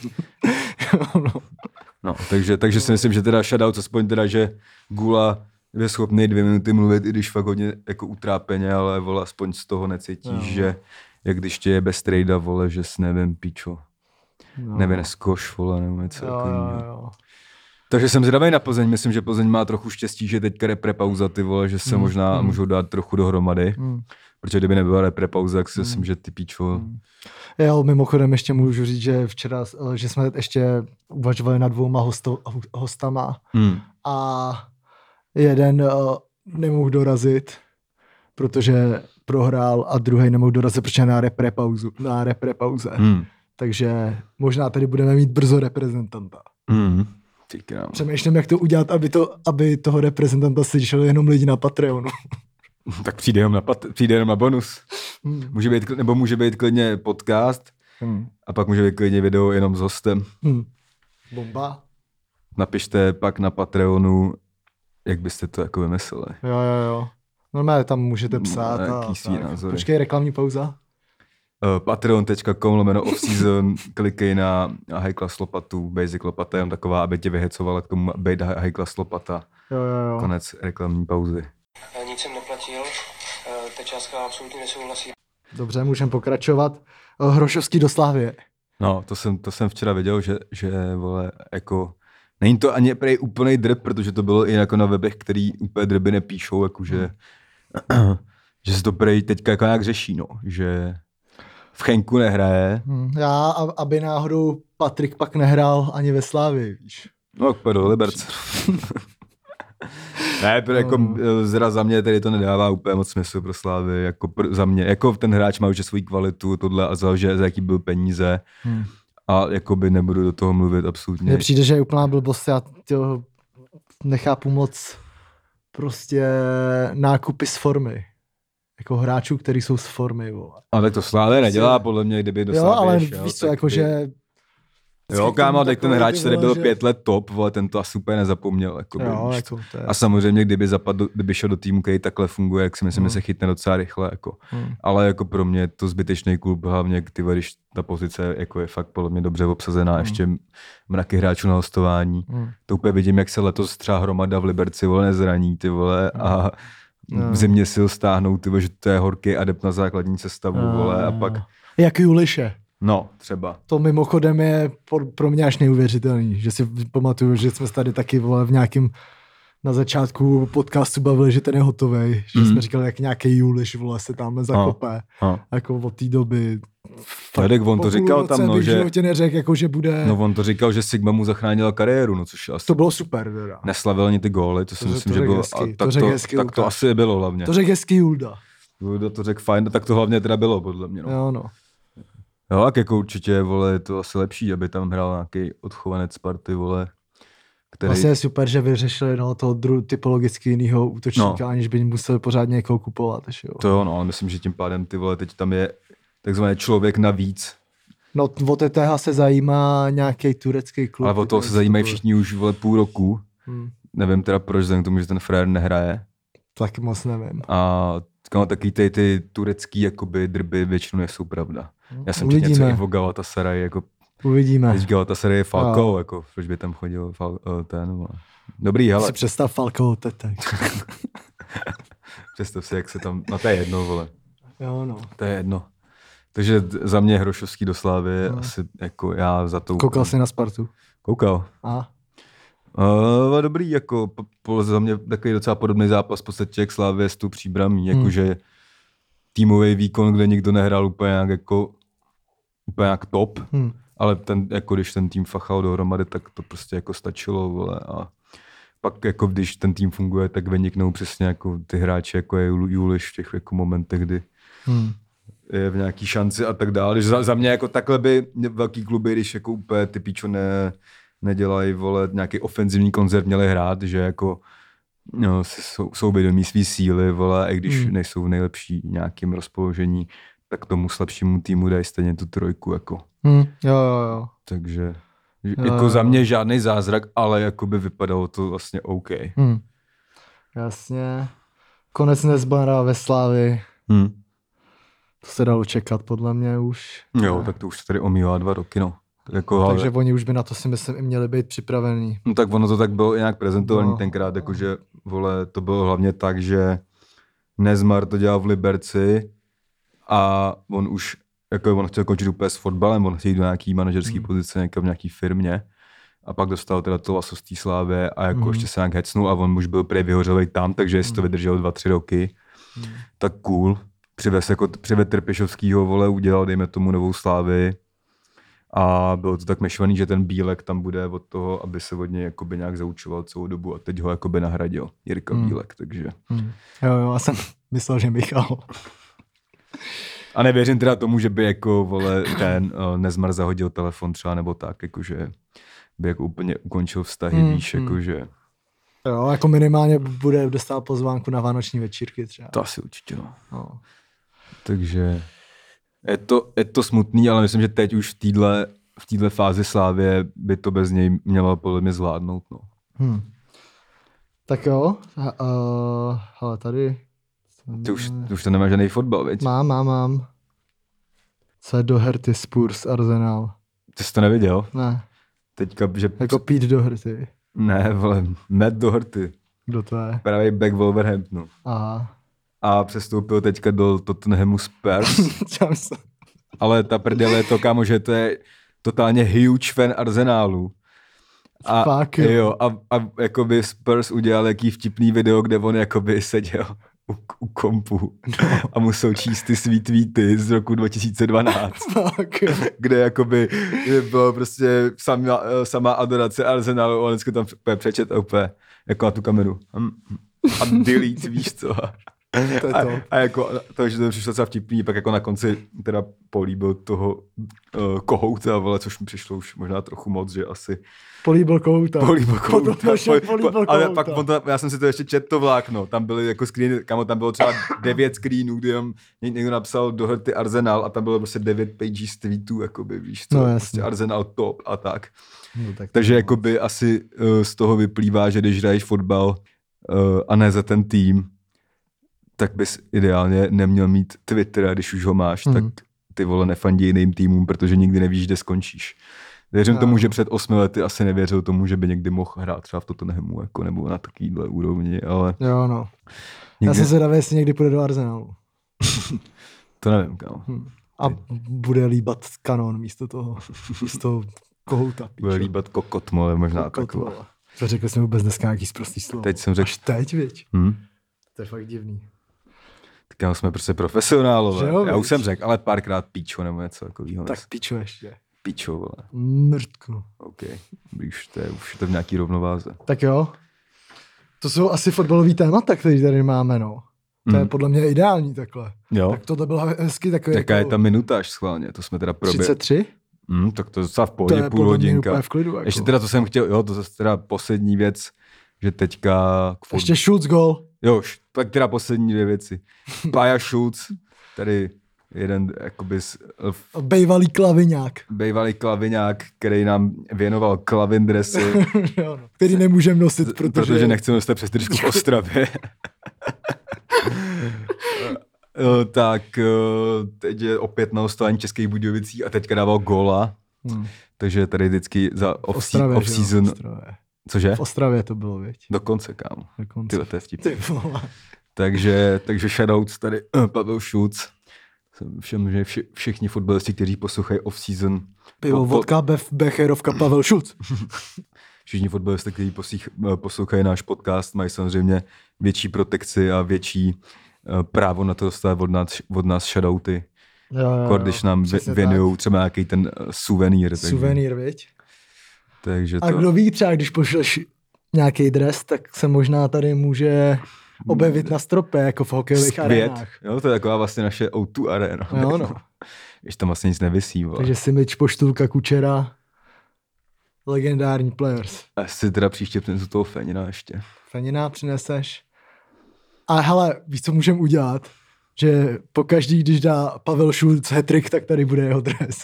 no. No, takže, takže si myslím, že teda shoutout, aspoň teda, že Gula je schopný dvě minuty mluvit, i když fakt hodně jako utrápeně, ale vole, aspoň z toho necítíš, No. že jak když tě je bez trejda, vole, že s nevím, pičo, No. nevím, skoš, vole, nebo něco Jo, takového. jo, jo. Takže jsem zvědavý na Plzeň, myslím, že Plzeň má trochu štěstí, že teďka repre pauza, ty vole, že se Mm, možná mm. můžou dát trochu dohromady, Hm. Protože kdyby nebyla repre pauza, tak si myslím, Hmm. že ty píčo... Hmm. Jo, mimochodem ještě můžu říct, že včera, že jsme ještě uvažovali nad dvouma hosto, hostama Hmm. a jeden uh, nemohl dorazit, protože prohrál a druhý nemohl dorazit, protože na repre pauzu, na repre pauze. Hmm. Takže možná tady budeme mít brzo reprezentanta. Hmm. Ty krámo. Přemýšlím, jak to udělat, aby, to, aby toho reprezentanta slyšeli jenom lidi na Patreonu. Tak přijde jenom na, pat- přijde jenom na bonus. Hmm. Může být, nebo může být klidně podcast Hmm. a pak může být klidně video jenom s hostem. Hmm. Bomba. Napište pak na Patreonu, jak byste to jako vymysleli. Jo, jo, jo. Normálně tam můžete psát. No, A, jaký svý tak. názory. Počkej, reklamní pauza. Uh, patreon tečka com lomeno off-season, klikej na high class lopatu, basic lopata, jenom taková, aby tě vyhecovala k tomu být high class lopata. Jo, jo, jo. Konec reklamní pauzy. Nic jsem neplatil, ta částka absolutně nesouhlasí. Dobře, můžeme pokračovat. O, Hrošovský do Slávie. No, to jsem, to jsem včera viděl, že, že vole, jako, není to ani prej úplnej drb, protože to bylo i jako na webech, který úplně drby nepíšou, jakože, hmm. že se to prej teďka jako nějak řeší, no, že v Chenku nehraje. Hmm. Já, a- aby náhodou Patrik pak nehrál ani ve Slávii, víš. No, pojď do Liberce. Ne, pro, jako No. zra za mě tady to nedává úplně moc smysl pro Slávy, jako pro, za mě, jako ten hráč má už svoji kvalitu, tohle a za, že, za jaký byl peníze Hmm. a jakoby nebudu do toho mluvit absolutně. Mně přijde, že je úplná blbost, já to nechápu moc prostě nákupy z formy. Jako hráčů, kteří jsou z formy, vole. A tak to Slávy nedělá, podle mě, kdyby do Jo, Slávy ale šel, víš co, tak jako by- že... Jo, kámo, tak ten takový hráč ty tady vole, byl že- pět let top, vole, ten to asi úplně nezapomněl. Jako Jo, víš jako to je... A samozřejmě, kdyby zapadl, kdyby šel do týmu, který takhle funguje, jak si myslím, Hmm. že se chytne docela rychle. Jako. Hmm. Ale jako pro mě je to zbytečný klub, hlavně ty, když ta pozice jako je fakt podle mě dobře obsazená, Hmm. ještě mraky hráčů na hostování. Hmm. To úplně vidím, jak se letos třeba hromada v Liberci vole nezraní, ty vole, a No. v zimě sil stáhnou, ty vole, že to je horký adept na základní sestavu, vole, a pak, Jak Juliše. no, třeba. To mimochodem je pro, pro mě až neuvěřitelný, že si pamatuju, že jsme se tady taky vole, v nějakém na začátku podcastu bavili, že ten je hotovej, že Mhm. jsme říkali, jak nějaký Juliš vole, se tam zakope. No. Jako od té doby. No, tak on to po říkal půl tam, roce no, bych v že- životě neřekl, jako, že bude... No on to říkal, že Sigma mu zachránila kariéru, no což asi to bylo super, teda. neslavil ani ty góly, to si To řek- myslím, to že řek bylo, hezky, a to tak, řek to, hezky, tak to Lukáš. asi bylo hlavně. To řekl hezký Julda. Kdo to řekl fajn, tak to hlavně teda bylo, podle mě. No. Jo, no. Jo, tak jako určitě, vole, je to asi lepší, aby tam hrál nějaký odchovanec Sparty, vole, který... Vlastně je super, že vyřešili no, toho dru- typologicky jiného útočníka, No. aniž by museli pořádně někoho kupovat. Že jo. To jo, no, ale myslím, že tím pádem ty vole, teď tam je takzvaný člověk navíc, No o T T H se zajímá nějaký turecký klub. ale o toho se zajímají všichni už vole půl roku. Hmm. Nevím teda proč, vzhledem k tomu, že ten frajer nehraje. Tak moc nevím. A kámo, taky ty, ty turecký jakoby drby většinou nejsou pravda. Já jsem četl něco Uvidíme. i o Galatasaray, jako Uvidíme. teď Galatasaray je Falcao, No. jako proč by tam chodil Fal, uh, ten, vole. Dobrý, Si hele, představ Falcao Tete. představ si, jak se tam, no to je jedno, vole, Jo, no. to je jedno. Takže d- za mě Hrošovský do Slávy, No. asi jako já za to... Koukal jsi na Spartu. Koukal. A? Uh, dobrý, jako po, po, za mě takový docela podobný zápas, v podstatě jak Slávě s tu příbramí, Hmm. jakože týmový výkon, kde nikdo nehrál úplně nějak jako úplně jak top, Hm. ale ten, jako když ten tým fachal dohromady, tak to prostě jako stačilo, vole, a pak jako když ten tým funguje, tak vyniknou přesně jako ty hráči, jako je Jul- Juliš v těch jako momentech, kdy Hm. je v nějaký šanci a tak dále. Když za, za mě jako takhle by velký kluby, když jako úplně ty píčo ne, nedělají, vole, nějaký ofenzivní koncert měli hrát, že jako no, jsou, jsou vědomí svý síly, vole, i když Hmm. nejsou v nejlepší nějakým rozpoložení, tak tomu slabšímu týmu dají stejně tu trojku, jako. Hm. Jo, jo, jo. Takže Jo, jako jo. za mě žádný zázrak, ale jako by vypadalo to vlastně OK. Hm. Jasně. Konec Nezbara ve Slávi. Hm. To se dalo čekat podle mě už. Jo, tak to už se tady omývá dva roky, no. Tak jako, ale- Takže oni už by na to si myslím i měli být připravení. No tak ono to tak bylo nějak prezentovaný No. tenkrát, jakože, vole, to bylo hlavně tak, že Nezmar to dělal v Liberci a on už, jako on chtěl končit úplně s fotbalem, on chtěl jít do nějaký manažerský Hmm. pozice někam v nějaký firmě a pak dostal teda to laso z té Slávy a jako Hmm. ještě se nějak hecnul a on už byl prej vyhořelej tam, takže jestli to vydržel dva, tři roky, tak cool. přivez jako přived Trpišovskýho, vole, udělal, dejme tomu, Novou Slávy. A bylo to tak myšlený, že ten Bílek tam bude od toho, aby se od něj jakoby nějak zaučoval celou dobu a teď ho jakoby nahradil Jirka Hmm. Bílek, takže. Hmm. Jo, jo, já jsem myslel, že Michal. A nevěřím teda tomu, že by jako, vole, ten uh, Nezmar zahodil telefon třeba nebo tak, jakože by jako úplně ukončil vztahy, Hmm, víš, hmm. jakože Jo, jako minimálně bude dostat pozvánku na vánoční večírky třeba. to asi určitě, no. No. Takže je to, je to smutný, ale myslím, že teď už v téhle v téhle fázi Slávě by to bez něj mělo podle mě zvládnout, no. Hmm. Tak jo, uh, ale tady... Ty už, ty už to nemá žádný fotbal, viď? Mám, mám, mám. Co je Doherty, Spurs, Arsenal? Ty jsi to neviděl? Ne, Teďka, že... jako Pete Doherty. Ne, vole, Matt Doherty, Kdo to je? pravý back Wolverhamptonu. Aha. A přestoupil teďka do Tottenhamu Spurs, Čám se. ale ta prdele je to, kámo, že to je totálně huge fan Arsenálu. A, Fakt, jo. jo. A, a jakoby Spurs udělal jaký vtipný video, kde on jakoby seděl u, u kompu a musel číst ty svý tweety z roku dva tisíce dvanáct. Fakt, jo. Kde jakoby bylo prostě sama, sama adorace Arsenalu, on vždycky tam přečet a úplně jako na tu kameru. A delete, víš co. To je A, to. a jako to, že to přišlo docela vtipný, pak jako na konci teda políbil toho uh, kohouta, vole, což mi přišlo už možná trochu moc, že asi Políbil Kouta. políbil kohouta. Potom našel políbil ale Kouta. pak on to, já jsem si to ještě četl to vlákno, tam byly jako screeny, kamo, tam bylo třeba devět screenů, kdy tam někdo napsal Doherty Arsenal a tam bylo prostě devět pages tweetů, jakoby, víš co, No, prostě jasně. Arsenal top a tak. No, tak Takže jakoby asi uh, z toho vyplývá, že když hraješ fotbal uh, a ne za ten tým, tak bys ideálně neměl mít Twitter a když už ho máš, Mhm. tak ty vole nefandí jiným týmům, protože nikdy nevíš, kde skončíš. Věřím No. tomu, že před osmi lety asi nevěřil tomu, že by někdy mohl hrát třeba v Tottenhamu jako, nebo na takovýhle úrovni, ale Jo, no. někdy, Já jsem zvědavý, jestli někdy půjde do Arsenalu. to nevím, kámo. Hm. A bude líbat kanon místo toho. Místo Kohouta. Bude píčo. líbat kokot, ale možná Kokot, tak. vole. vole. To řekli jsme vůbec dneska nějaký sprostý slovo. Teď jsem řekl, Až teď, viď? hm, To je fakt divný. tak kámo, jsme prostě profesionálové. Že jo, Já už viď? jsem řekl, ale párkrát píčo nebo něco takového. Tak pičo ještě. Píčo, vole. Mrtku. OK. Už to je, už je to v nějaký rovnováze. Tak jo. To jsou asi fotbalový témata, který tady máme, no. To je Mm. podle mě ideální takhle. Jo. Tak tohle bylo hezky takový Jaká je jako ta minuta až schválně? To jsme teda probě... třicet tři? Hmm, tak to je docela v To pohodě, je půl podle mě hodinka. úplně v klidu. Jako. Ještě teda to jsem chtěl, jo, to zase teda poslední věc, že teďka k fotbalu. Ještě Schulz gol. Jo, š- tak teda poslední dvě věci. Pája Schulz, tady jeden jakoby z, v, Bejvalý klaviňák. bývalý klaviňák, který nám věnoval klavin dresy, Jo, no. Který nemůžeme nosit, protože... protože nechceme dostat přestržku v Ostravě. Jo, tak eh, teď je opět na hostování Českých Budějovicí a teďka dával góla, Hmm. takže tady vždycky za V off- Ostravě, že jo, v off-season, Ostravě. cože? V Ostravě to bylo, viď? Dokonce, kámo. Dokonce. Tyhle, to je vtipný. Ty vole. Takže, takže shoutouts tady uh, Pavel Schulz. Všem, že vši, všichni fotbalisti, kteří poslouchají off-season. Pivo, po- po- vodka, bef, becherovka, Pavel Schulz. Všichni fotbalisti, kteří posích, poslouchají náš podcast, mají samozřejmě větší protekci a větší uh, právo na to dostat od nás, od nás shoutouty. Jo, jo, Jako když nám vě- přesně věnují třeba nějaký ten uh, suvenýr. tak. Takže, Suvenýr, viď? takže A to, kdo ví, třeba když pošleš nějaký dres, tak se možná tady může objevit na stropě, jako v hokejových Skvět. arenách. Jo, to je taková vlastně naše ó dva arena. Jo, no. Když tam vlastně nic nevisí. Vole. Takže Simič, Poštulka, Kučera, legendární players. Asi teda příště přinesu toho Fenina ještě. Fenina přineseš. A hele, víš, co můžeme udělat? Že pokaždý, když dá Pavel Schulz hat-trick, tak tady bude jeho dres.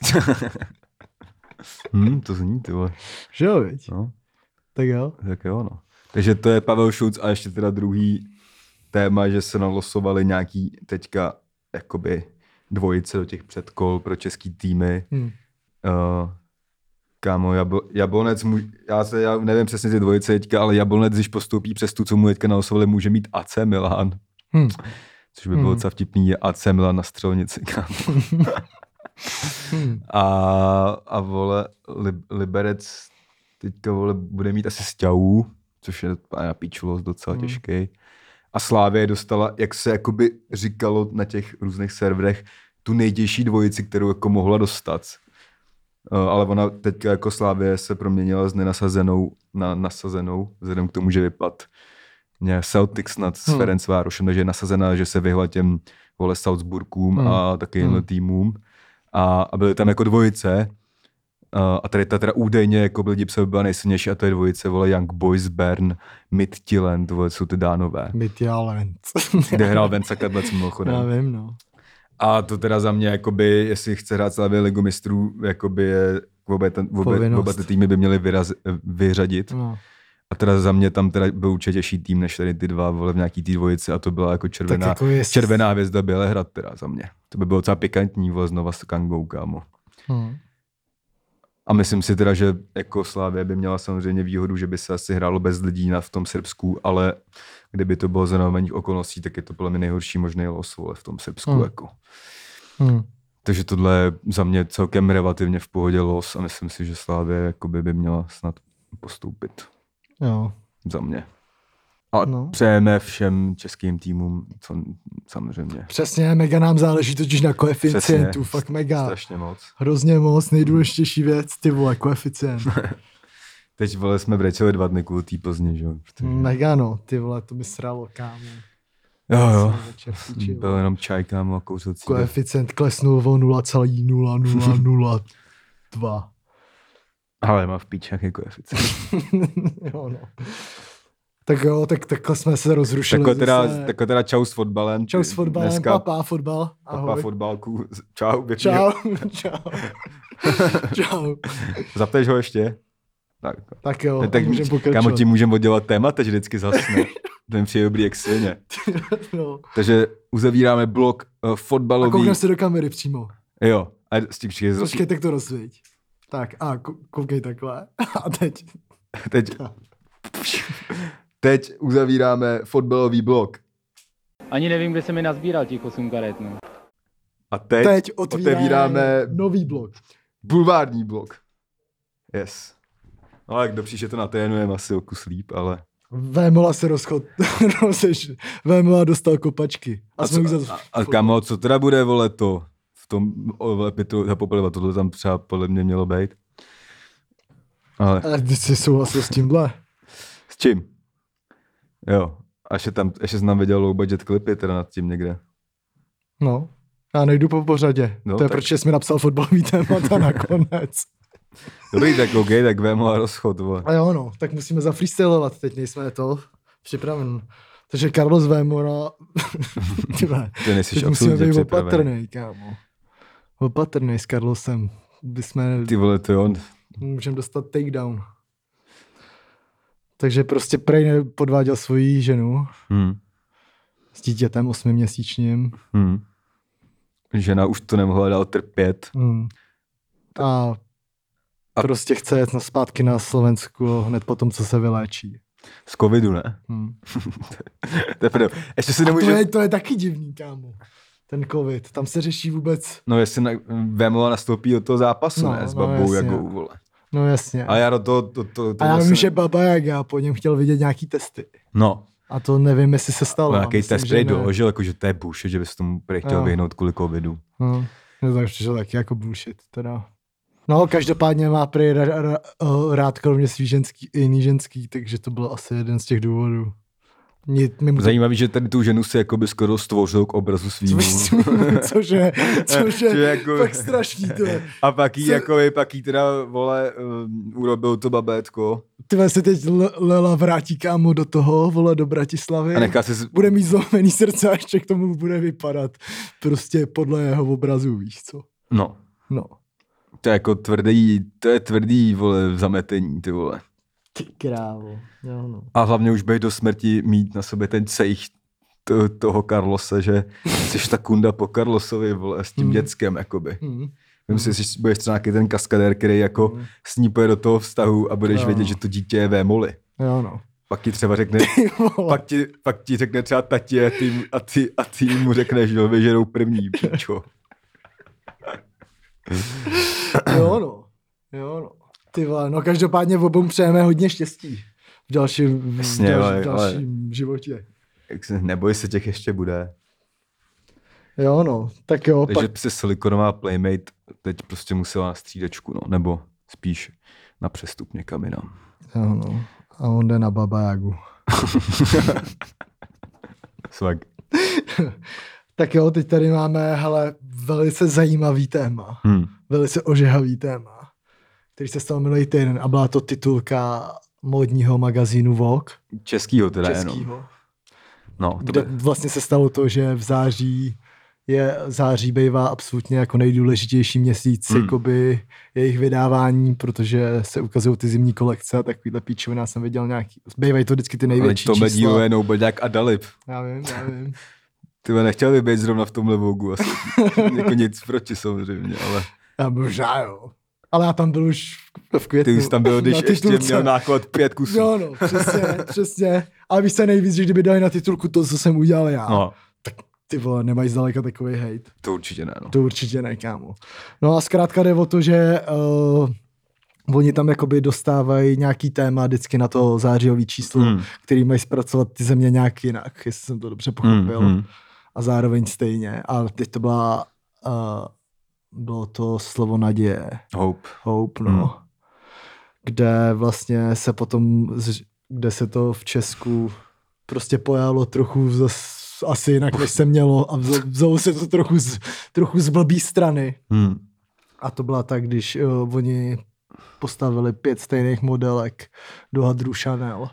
Hmm, to zní, ty vole. Že jo, viď? No, Tak jo. tak jo, no. Takže to je Pavel Schulz a ještě teda druhý téma, že se nalosovali nějaký teďka jakoby dvojice do těch předkol pro český týmy. Hm. Uh, kámo, Jabl- Jablonec, můj, já, se, já nevím přesně ty dvojice teďka, ale Jablonec, když postoupí přes tu, co mu teďka nalosovali, může mít A C Milan. Hm. Což by bylo Hmm. docela vtipný, je A C Milan na střelnici, kámo. Hm. A, a vole, li, Liberec teďka vole, bude mít asi Sťahu, což je na píčulost docela Hmm. těžký. a Slávie dostala, jak se jakoby říkalo na těch různých serverech, tu nejtěžší dvojici, kterou jako mohla dostat. Uh, ale ona teďka jako Slávie se proměnila z nenasazenou na nasazenou, vzhledem k tomu, že vypad Celtics nad s Hmm. Ferencvárosem, takže je nasazená, že se vyhla těm vole Salzburgům Hmm. a takovým Hmm. týmům. A, a byly tam jako dvojice. Uh, a tady ta teda údajně jako lidi se byla nejsilnější a to je dvojice, vole Young Boys, Bern, Midtjylland, vole jsou ty Dánové. Midtjylland. Kde hrál Venca Kadlec mimochodem. Já vím, no. A to teda za mě, jakoby, jestli chce hrát Slavě Ligu mistrů, jakoby je, oba, ten, oba, Povinnost. oba ty týmy by měly vyraz, vyřadit. no. A teda za mě tam teda byl určitě těžší tým, než tady ty dva, vole, v nějaký tý dvojici a to byla jako červená, Tak jako jest... červená hvězda Bělehrad teda za mě. To by bylo docela pikantní, vole, znova s Kangou, kámo. Hmm. A myslím si teda, že jako Slavie by měla samozřejmě výhodu, že by se asi hrálo bez lidí na v tom Srbsku, ale kdyby to bylo za normálních okolností, tak je to podle mě nejhorší možný los, vole, v tom Srbsku, Hmm. jako. Hmm. Takže tohle je za mě celkem relativně v pohodě los a myslím si, že Slavie jakoby by měla snad postoupit Jo. za mě. A No. přejeme všem českým týmům, co, samozřejmě. Přesně, mega nám záleží totiž na koeficientu, Přesně, fakt mega. Strašně moc. Hrozně moc, nejdůležitější věc, ty vole, koeficient. Teď, vole, jsme brečeli dva dny kvůli tý Plzni, že jo? Protože... Mega no, ty vole, to by sralo, kámo. Jo, jo. Večer píči, Byl vole. jenom čaj, kámo, a kouřil cíle. Koeficient klesnul o nula celá nula nula nula dva. Ale má v píčách koeficient. Jo, no. Tak jo, tak takhle jsme se rozrušili. Tako teda, zase. tako teda čau s fotbalem. Čau s fotbalem, Dneska papá fotbal. Ahoj. Papa fotbalku. Čau. Pěkně. Čau, čau. Čau. Zapneš ho ještě? Tak. Tak jo, tak můžeme kámo, pokračovat. tím můžeme oddělat téma, takže vždycky zasne. Ten přijde dobrý jak silně. No. Takže uzavíráme blok uh, A fotbalový. koukneš se do kamery přímo. Jo. A s tím přijde zase. Počkej, tak to rozsvíť. Tak, a kou- koukej takhle. A teď. Teď. Teď uzavíráme fotbalový blok. Ani nevím, kde se mi nazbíral těch osm karet, no. A teď, Teď otvíráme, otevíráme nový blok. bulvární blok. Yes. No ale kdo příště to natrénujeme asi o kus líp, ale... Vémola se rozchod. rozeš- Vémola dostal kopačky. A, A, jsme co, už za... a, a kamo, co teda bude, vole, to? V tom lepitu za popliva, tohle tam třeba podle mě mělo být. Ale Ale ty jsi souhlasil s tímhle. s čím? Jo. Až je tam, ještě jsem tam viděl low budget klipy teda nad tím někde. No. Já nejdu po pořadě. No, to je tak- proč jsi mi napsal fotbalový témata nakonec. Dobrý, tak OK, tak vemu a rozchod, vole. A jo, no, tak musíme zafreestylovat, teď nejsme to připraven. Takže Carlos Vémora, tyhle, Ty nejsi teď musíme absolutně být připravený. opatrný, kámo. Opatrný s Carlosem. Bychom, Ty vole, to je on. můžeme dostat takedown. Takže prostě prej nepodváděl svoji ženu Hmm. s dítětem osmiměsíčním. Hmm. Žena už to nemohla dál trpět. Hmm. A, A- prostě chce jet na zpátky na Slovensku hned po tom, co se vyléčí. Z covidu, ne? Hmm. To je prdel. Ještě si A to, nemůžu... je, to je taky divný, kámo. Ten covid, tam se řeší vůbec, No jestli na... Vémola nastoupí do toho zápasu, No, ne? S no, babou jasně. Jagou, vole. no jasně. A já do toho... To, to, to A já zase- vím, že Baba Jaga po něm chtěl vidět nějaký testy. No, A to nevím, jestli se stalo. nějaký Myslím, test že prej ne. doložil, jako, že to je bullshit, že bys tomu prej chtěl Jo. vyhnout kvůli covidu. No, no tak přišel taky jako bullshit, teda. No, každopádně má prý ra- ra- ra- rád kromě svý ženský i jiný ženský, takže to byl asi jeden z těch důvodů. Mě, mě mu to Zajímavý, že tady tu ženu si jakoby skoro stvořil k obrazu svýmu. což je, což je Že jako- fakt strašný, to je. A pak jí, Co- jako, pak jí teda, vole, um, urobil to babétko Tyhle se teď L- Lela vrátí kámo do toho, vole, do Bratislavy. a nechá si... Bude mít zlomený srdce a ještě k tomu bude vypadat prostě podle jeho obrazu, víš co? No, No. to je jako tvrdý, to je tvrdý, vole, zametení, ty vole. Ty krávo. Jo, no. A hlavně už být do smrti mít na sobě ten cejch to, toho Carlose, že jsi ta kunda po Carlosovi, vole, s tím Hmm. dětskem, jakoby. Hmm. Vím si, že budeš třeba nějaký ten kaskadér, který jako snípuje do toho vztahu a budeš Jo. vědět, že to dítě je vémoli. Jo, no. Pak ti třeba řekne, Vole. pak ti, pak ti řekne třeba tati a ty, a ty, a ty mu řekneš, že ho vyžerou první, píčo. Jo, no. Jo, no. Ty vole, no každopádně v obou přejeme hodně štěstí v dalším, v Jasně, dalš, ale- v dalším životě. Jak se, neboj se, těch ještě bude. Jo, no, tak jo. Takže Pak... se silikonová Playmate teď prostě musela na střídačku, no, nebo spíš na přestup někam jinam. Jo, no. A on jde na Baba Jagu. Swag. Tak jo, teď tady máme, hele, velice zajímavý téma. Hmm. Velice ožehavý téma, který se stal minulý týden a byla to titulka módního magazínu Vogue. Českýho teda jenom. Českýho. No, to Kde by... vlastně se stalo to, že v září je září bývá absolutně jako nejdůležitější měsíc Hmm. jakoby jejich vydávání, protože se ukazují ty zimní kolekce a takovýhle píčovina jsem viděl nějaký. Bývají to vždycky ty Ale největší tohle dílo čísla. je Noubelďák a Dalib. Já vím, já vím. Ty by nechtěl být zrovna v tomhle Vogu asi. Jako nic proti samozřejmě, ale Já možná jo. Ale já tam byl už v květnu. ty jsi tam byl, když na ještě titulce. měl náklad pět kusů. Jo, no, přesně, přesně. Ale víš se nejvíc, že kdyby dali na titulku to, co jsem udělal já, No, ty vole, nemají zdaleka takový hejt. to určitě ne, no. To určitě ne, kámo. No a zkrátka jde o to, že uh, oni tam jakoby dostávají nějaký téma vždycky na to zářijový číslo, Hmm. který mají zpracovat ty země nějak jinak, jestli jsem to dobře pochopil. Hmm, hmm. A zároveň stejně. A teď to byla, uh, bylo to slovo naděje. Hope. Hope, no. Hmm. Kde vlastně se potom, z- kde se to v Česku prostě pojalo trochu zas, asi jinak, než se mělo a vzalo, vzalo se to trochu z, trochu z blbý strany. Hmm. A to byla tak, když uh, oni postavili pět stejných modelek do hadru Chanel,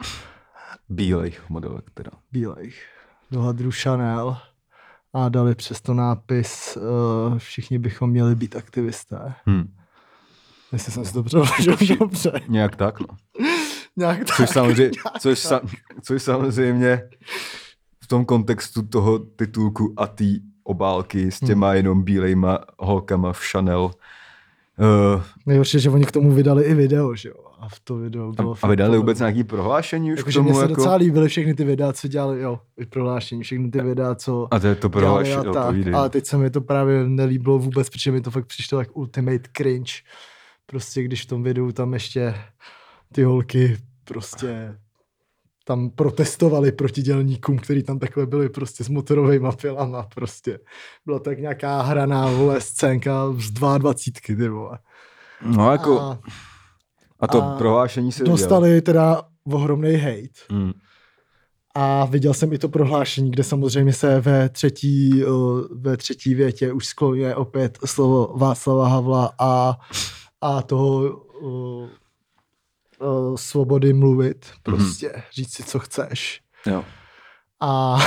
Bílejch modelek teda. bílejch, do hadru Chanel a dali přes to nápis uh, všichni bychom měli být aktivisté. Hmm. Jestli jsem si to přeložil dobře. Nějak tak, no. Nějak tak. Což samozřejmě, nějak což, tak. sa, což samozřejmě v tom kontextu toho titulku a té obálky s těma jenom bílejma holkama v Chanel. Uh, Nejhorší, že oni k tomu vydali i video, že jo? A v to video bylo... a fakt vydali tohle. vůbec nějaký prohlášení už Jako, k že mně tomu? se Jako... docela líbily všechny ty videa, co dělali, jo, i prohlášení, všechny ty videa, co A to je to dělali prohlášení, a no, tak. povídej. Ale teď se mi to právě nelíbilo vůbec, protože mi to fakt přišlo jak ultimate cringe. Prostě když v tom videu tam ještě ty holky prostě tam protestovali proti dělníkům, který tam takhle byli prostě s motorovejma pilama prostě. Byla tak nějaká hraná, vole, scénka z dvacítky, ty vole. No jako, a, A a to a prohlášení si dostali teda ohromnej hejt. Hmm. A viděl jsem i to prohlášení, kde samozřejmě se ve třetí, uh, ve třetí větě už skloňuje opět slovo Václava Havla a, a toho uh, uh, svobody mluvit, prostě mm-hmm. říct si, co chceš. Jo. A,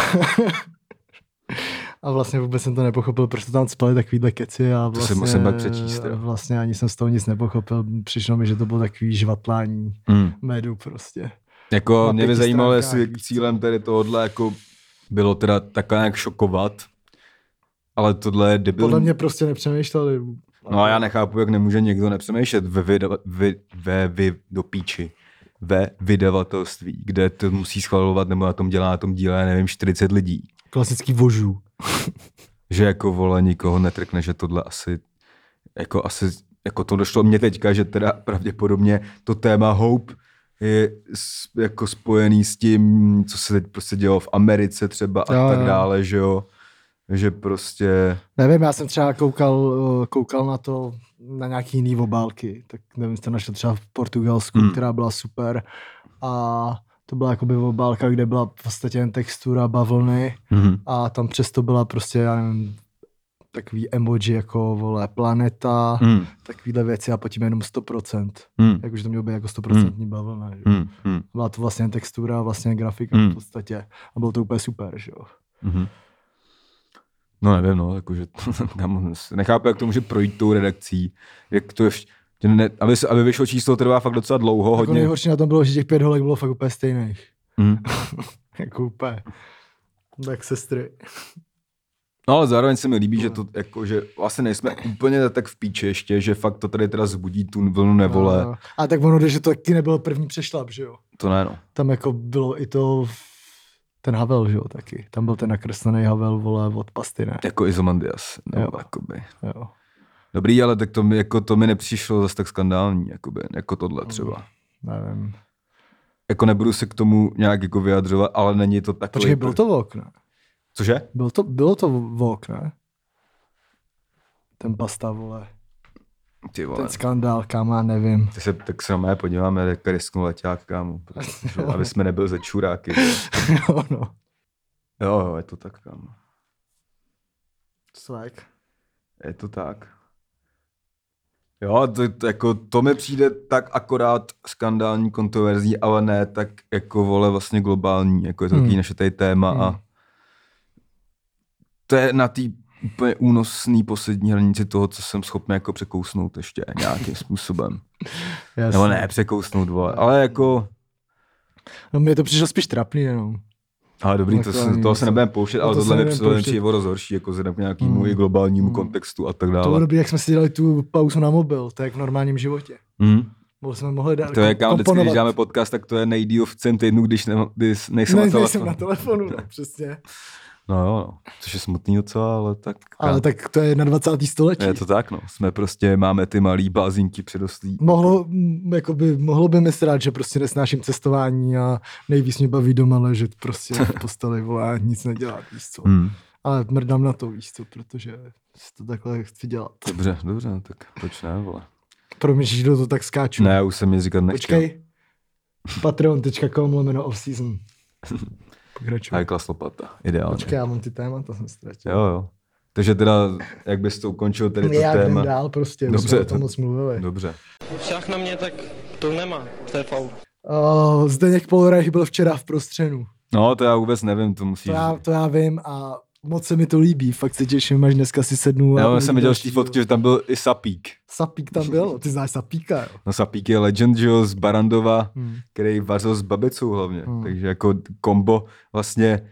a vlastně vůbec jsem to nepochopil, proč to tam spali takovýhle keci a To si vlastně, musím pak přečíst, teda. vlastně ani jsem z toho nic nepochopil. Přišlo mi, že to bylo takový žvatlání Hmm. medu prostě. Jako Na mě by pěti zajímalo, stránkách, jestli víš co. cílem tady tohohle jako bylo teda takhle nějak šokovat, ale tohle je debilní. Podle mě prostě nepřemýšleli. No a já nechápu, jak nemůže někdo nepřemýšlet ve, vyda- vy, ve vy, do píči, ve vydavatelství, kde to musí schvalovat nebo na tom dělá na tom díle, nevím, čtyřicet lidí. Klasický vožů. Že jako vole nikoho netrkne, že tohle asi, jako asi, jako to došlo mně teďka, že teda pravděpodobně to téma Hope je s, jako spojený s tím, co se teď prostě dělo v Americe třeba a Jo, tak jo. dále, že jo. Že prostě, Nevím, já jsem třeba koukal, eh, koukal na to, na nějaký jiný obálky, tak nevím, jste našel třeba v Portugalsku, Hmm. která byla super a to byla jakoby obálka, kde byla v podstatě jen textura bavlny mhm. a tam přesto byla prostě, já nevím, takový emoji jako, vole, planeta, Mm, takovýhle věci a potom jenom sto procent. mm, Jakože to mělo být jako sto procent bavlna, že? mm, mm, Byla to vlastně jen textura, vlastně grafika Mm. v podstatě a bylo to úplně super, že jo. mhm. No nevím, no, jakože tam nechápu, jak to může projít tou redakcí, jak to ještě, ne, aby, se, aby vyšlo číslo, trvá fakt docela dlouho, Jako hodně. nejhorší na tom bylo, že těch pět holek bylo fakt úplně stejných. Mm. Jako úplně. Tak sestry. No ale zároveň se mi líbí, že to jako, že vlastně nejsme úplně tak v píči ještě, že fakt to tady teda zbudí tu vlnu nevole. No, a tak ono jde, že to taky nebyl první přešlap, že jo. To ne, no. Tam jako bylo i to, ten Havel, že jo, taky. Tam byl ten nakreslený Havel, vole, od pasty, ne? Jako Izomandias. No, Jo. jakoby. Jo. Dobrý, ale tak to mi, jako, to mi nepřišlo zase tak skandální, jakoby, jako tohle třeba. Nevím. jako nebudu se k tomu nějak jako vyjadřovat, ale není to takový... Počkej, bylo to vok, ne? Cože? Bylo to, bylo to vok, ne? Ten Basta, vole. Ty vole. Ten skandál, kámo, já nevím. Ty se, tak se na mě podíváme, jak risknu leťák, kámo. Protože, aby jsme nebyli ze čuráky. jo, no. Jo, jo, je to tak, kámo. Swag. Je to tak. Jo, to, to, jako, to mi přijde tak akorát skandální, kontroverzní, ale ne tak jako vole vlastně globální, jako je to Hmm. takový naše tady téma Hmm. a to je na té úplně únosný poslední hranici toho, co jsem schopný jako překousnout ještě nějakým způsobem. Jasně. Nebo ne překousnout, vole, ale jako... No mně to přišlo spíš trapný jenom. Ale dobrý, to Aktuální se, toho se něco. nebudeme pouštět, No ale to tohle se mi nebudeme přišlo pouštět. přijde o rozhorší, jako vzhledem k nějakému Mm. i globálnímu Mm. kontextu a tak To bylo dále. dobrý, jak jsme si dělali tu pauzu na mobil, to je jak v normálním životě. Mm. Bo jsme mohli dát To je, kámo, vždycky, když komponovat. děláme podcast, tak to je nejdýl v celém týdnu, když, ne, když nejsem Ne, na telefonu. nejsem na telefonu, no, přesně. No jo, no. Což je smutný docela, ale tak... Ale tak to je na dvacátém století. Je to tak, no. Jsme prostě, máme ty malý bázínky předostlí. Mohlo, m, jakoby, mohlo by mi strát, že prostě nesnáším cestování a nejvíc mě baví doma ležet prostě v posteli, vole, a nic nedělat, víš co. Hmm. Ale mrdám na to, víš co, protože si to takhle chci dělat. Dobře, dobře, no, tak proč ne, vole. Promiň, že do toho tak skáču. Ne, už jsem mi říkat nechtěl. Počkej. patreon tečka com lomeno off-season. Pokračuj. High class lopata, ideálně. Počkej, já mám ty témata, jsem ztratil. Jo, jo. Takže teda, jak bys to ukončil tady to Já jdem téma? dál prostě, už Dobře, jsme o tom to- moc mluvili. Dobře. Šach na mě, tak to nemá, to je faul. Uh, Zdeněk Polreich byl včera v prostřenu. No, to já vůbec nevím, to musíš... To já, to já vím a moc se mi to líbí. Fakt se těším, až dneska si sednu. a Já uvidím jsem viděl další z té fotky, že tam byl i Sapík. Sapík tam byl, ty znáš Sapíka, jo. No Sapík je legend, že jo, z Barandova, Hmm. který vařil s babicou hlavně. Hmm. Takže jako kombo vlastně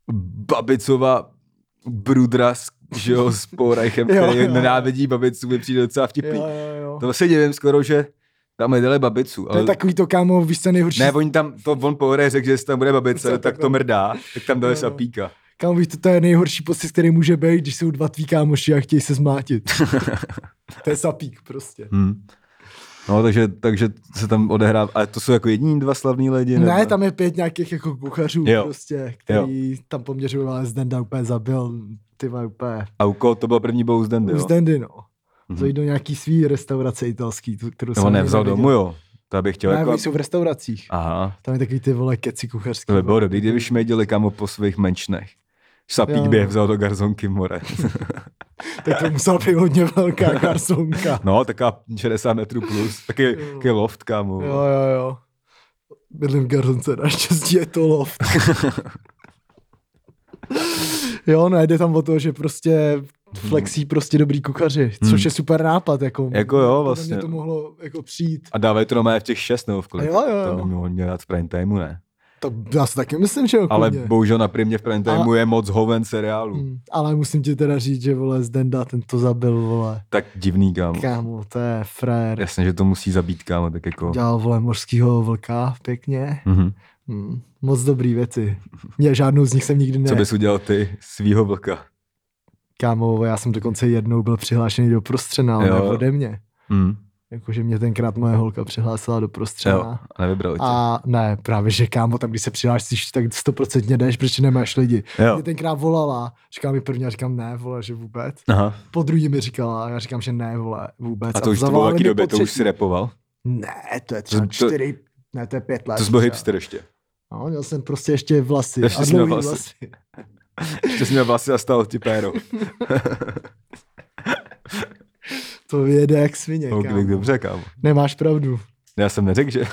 babicova brudra, s- že jo, s Polreichem, Jo, který jo. nenávidí babicu, mi přijde docela vtipný. Jo, jo, jo. To se divím skoro, že tam nedali babicu. To Ale... je takový to, kámo, víš co nejhorší. Ne, oni tam, to on Polreich řekl, že jestli tam bude babice, Co, tak tak to tam- mrdá, tak tam dali Jo, jo. Sapíka. Kámo, víš, to, to je nejhorší pocit, který může být, když jsou dva tví kámoši a chtějí se zmlátit. To je Sapík prostě. Hmm. No, takže, takže se tam odehrává, ale to jsou jako jediní dva slavní lidi? Ne, nebo- tam je pět nějakých jako kuchařů Jo. prostě, který tam poměřují, ale Zdenda úplně zabil, ty vole, úplně. A u koho to byl první bou z Dendy, Už jo? Zdendy, no. Mhm. To jít do nějaký svý restaurace italský, tu- kterou Nebo jsem nevzal neviděl. domů, jo? To bych chtěl Ne, jako... oni jsou v restauracích. Aha, Tam je takový ty vole keci kuchařský. to by bylo dobrý, kdybyš mě děli kamo po svých menšnech. Sapík Jo, by je no. vzal do garzonky more. Tak to musela být hodně velká garsonka. No, taká šedesát metrů plus, taky, taky loft, kámo. Jo, jo, jo. Bydlím v garsonce, naštěstí je to loft. Jo, no jde tam o to, že prostě flexí prostě dobrý kuchaři, což Hmm. je super nápad. Jako, Jako jo, podle vlastně. mě to mohlo jako přijít. A dávají to normálně v těch šest nebo v kolik. Jo, jo, jo. To by mohlo dělat v prime timeu, ne? To já si taky myslím, že jo, Ale klidně. bohužel na primě v prime timeu je moc hoven seriálu. Hmm, ale musím ti teda říct, že vole Zdenda, ten to zabil, vole. Tak divný, kámo. Kámo, to je frér. Jasně, že to musí zabít, kámo, tak jako... Dělal, vole, mořskýho vlka pěkně. Mhm. Hmm, moc dobrý věci. Mě žádnou z nich jsem nikdy ne... Co bys udělal ty svýho vlka? Kámo, já jsem dokonce jednou byl přihlášený do prostřena, ale Jo. ne ode mě. Hmm. Jakože mě tenkrát moje holka přihlásila do Jo, prostřena. a nevybrali tě. A ne, právě že kámo, tam když se přihlásíš, tak stoprocentně jdeš, protože nemáš lidi. Jo. Mě tenkrát volala, říká mi první, a říkám ne, vole, že vůbec. Aha. Po druhý mi říkala, a já říkám, že ne, vole, vůbec. A to už to bylo zavolali jaký mi době, po to už třetí. si repoval? Ne, to je třeba To- to- čtyři, ne, to je pět let. To jsi byl třeba. hipster ještě. No, měl jsem prostě ještě vlasy. Ještě a jsi měl dlouhý vlasy. vlasy. Ještě jsi měl vlasy a stál ti péro. To vyjede jak svině, Ok, kámo. dobře, kámo. Nemáš pravdu. Já jsem neřekl, že...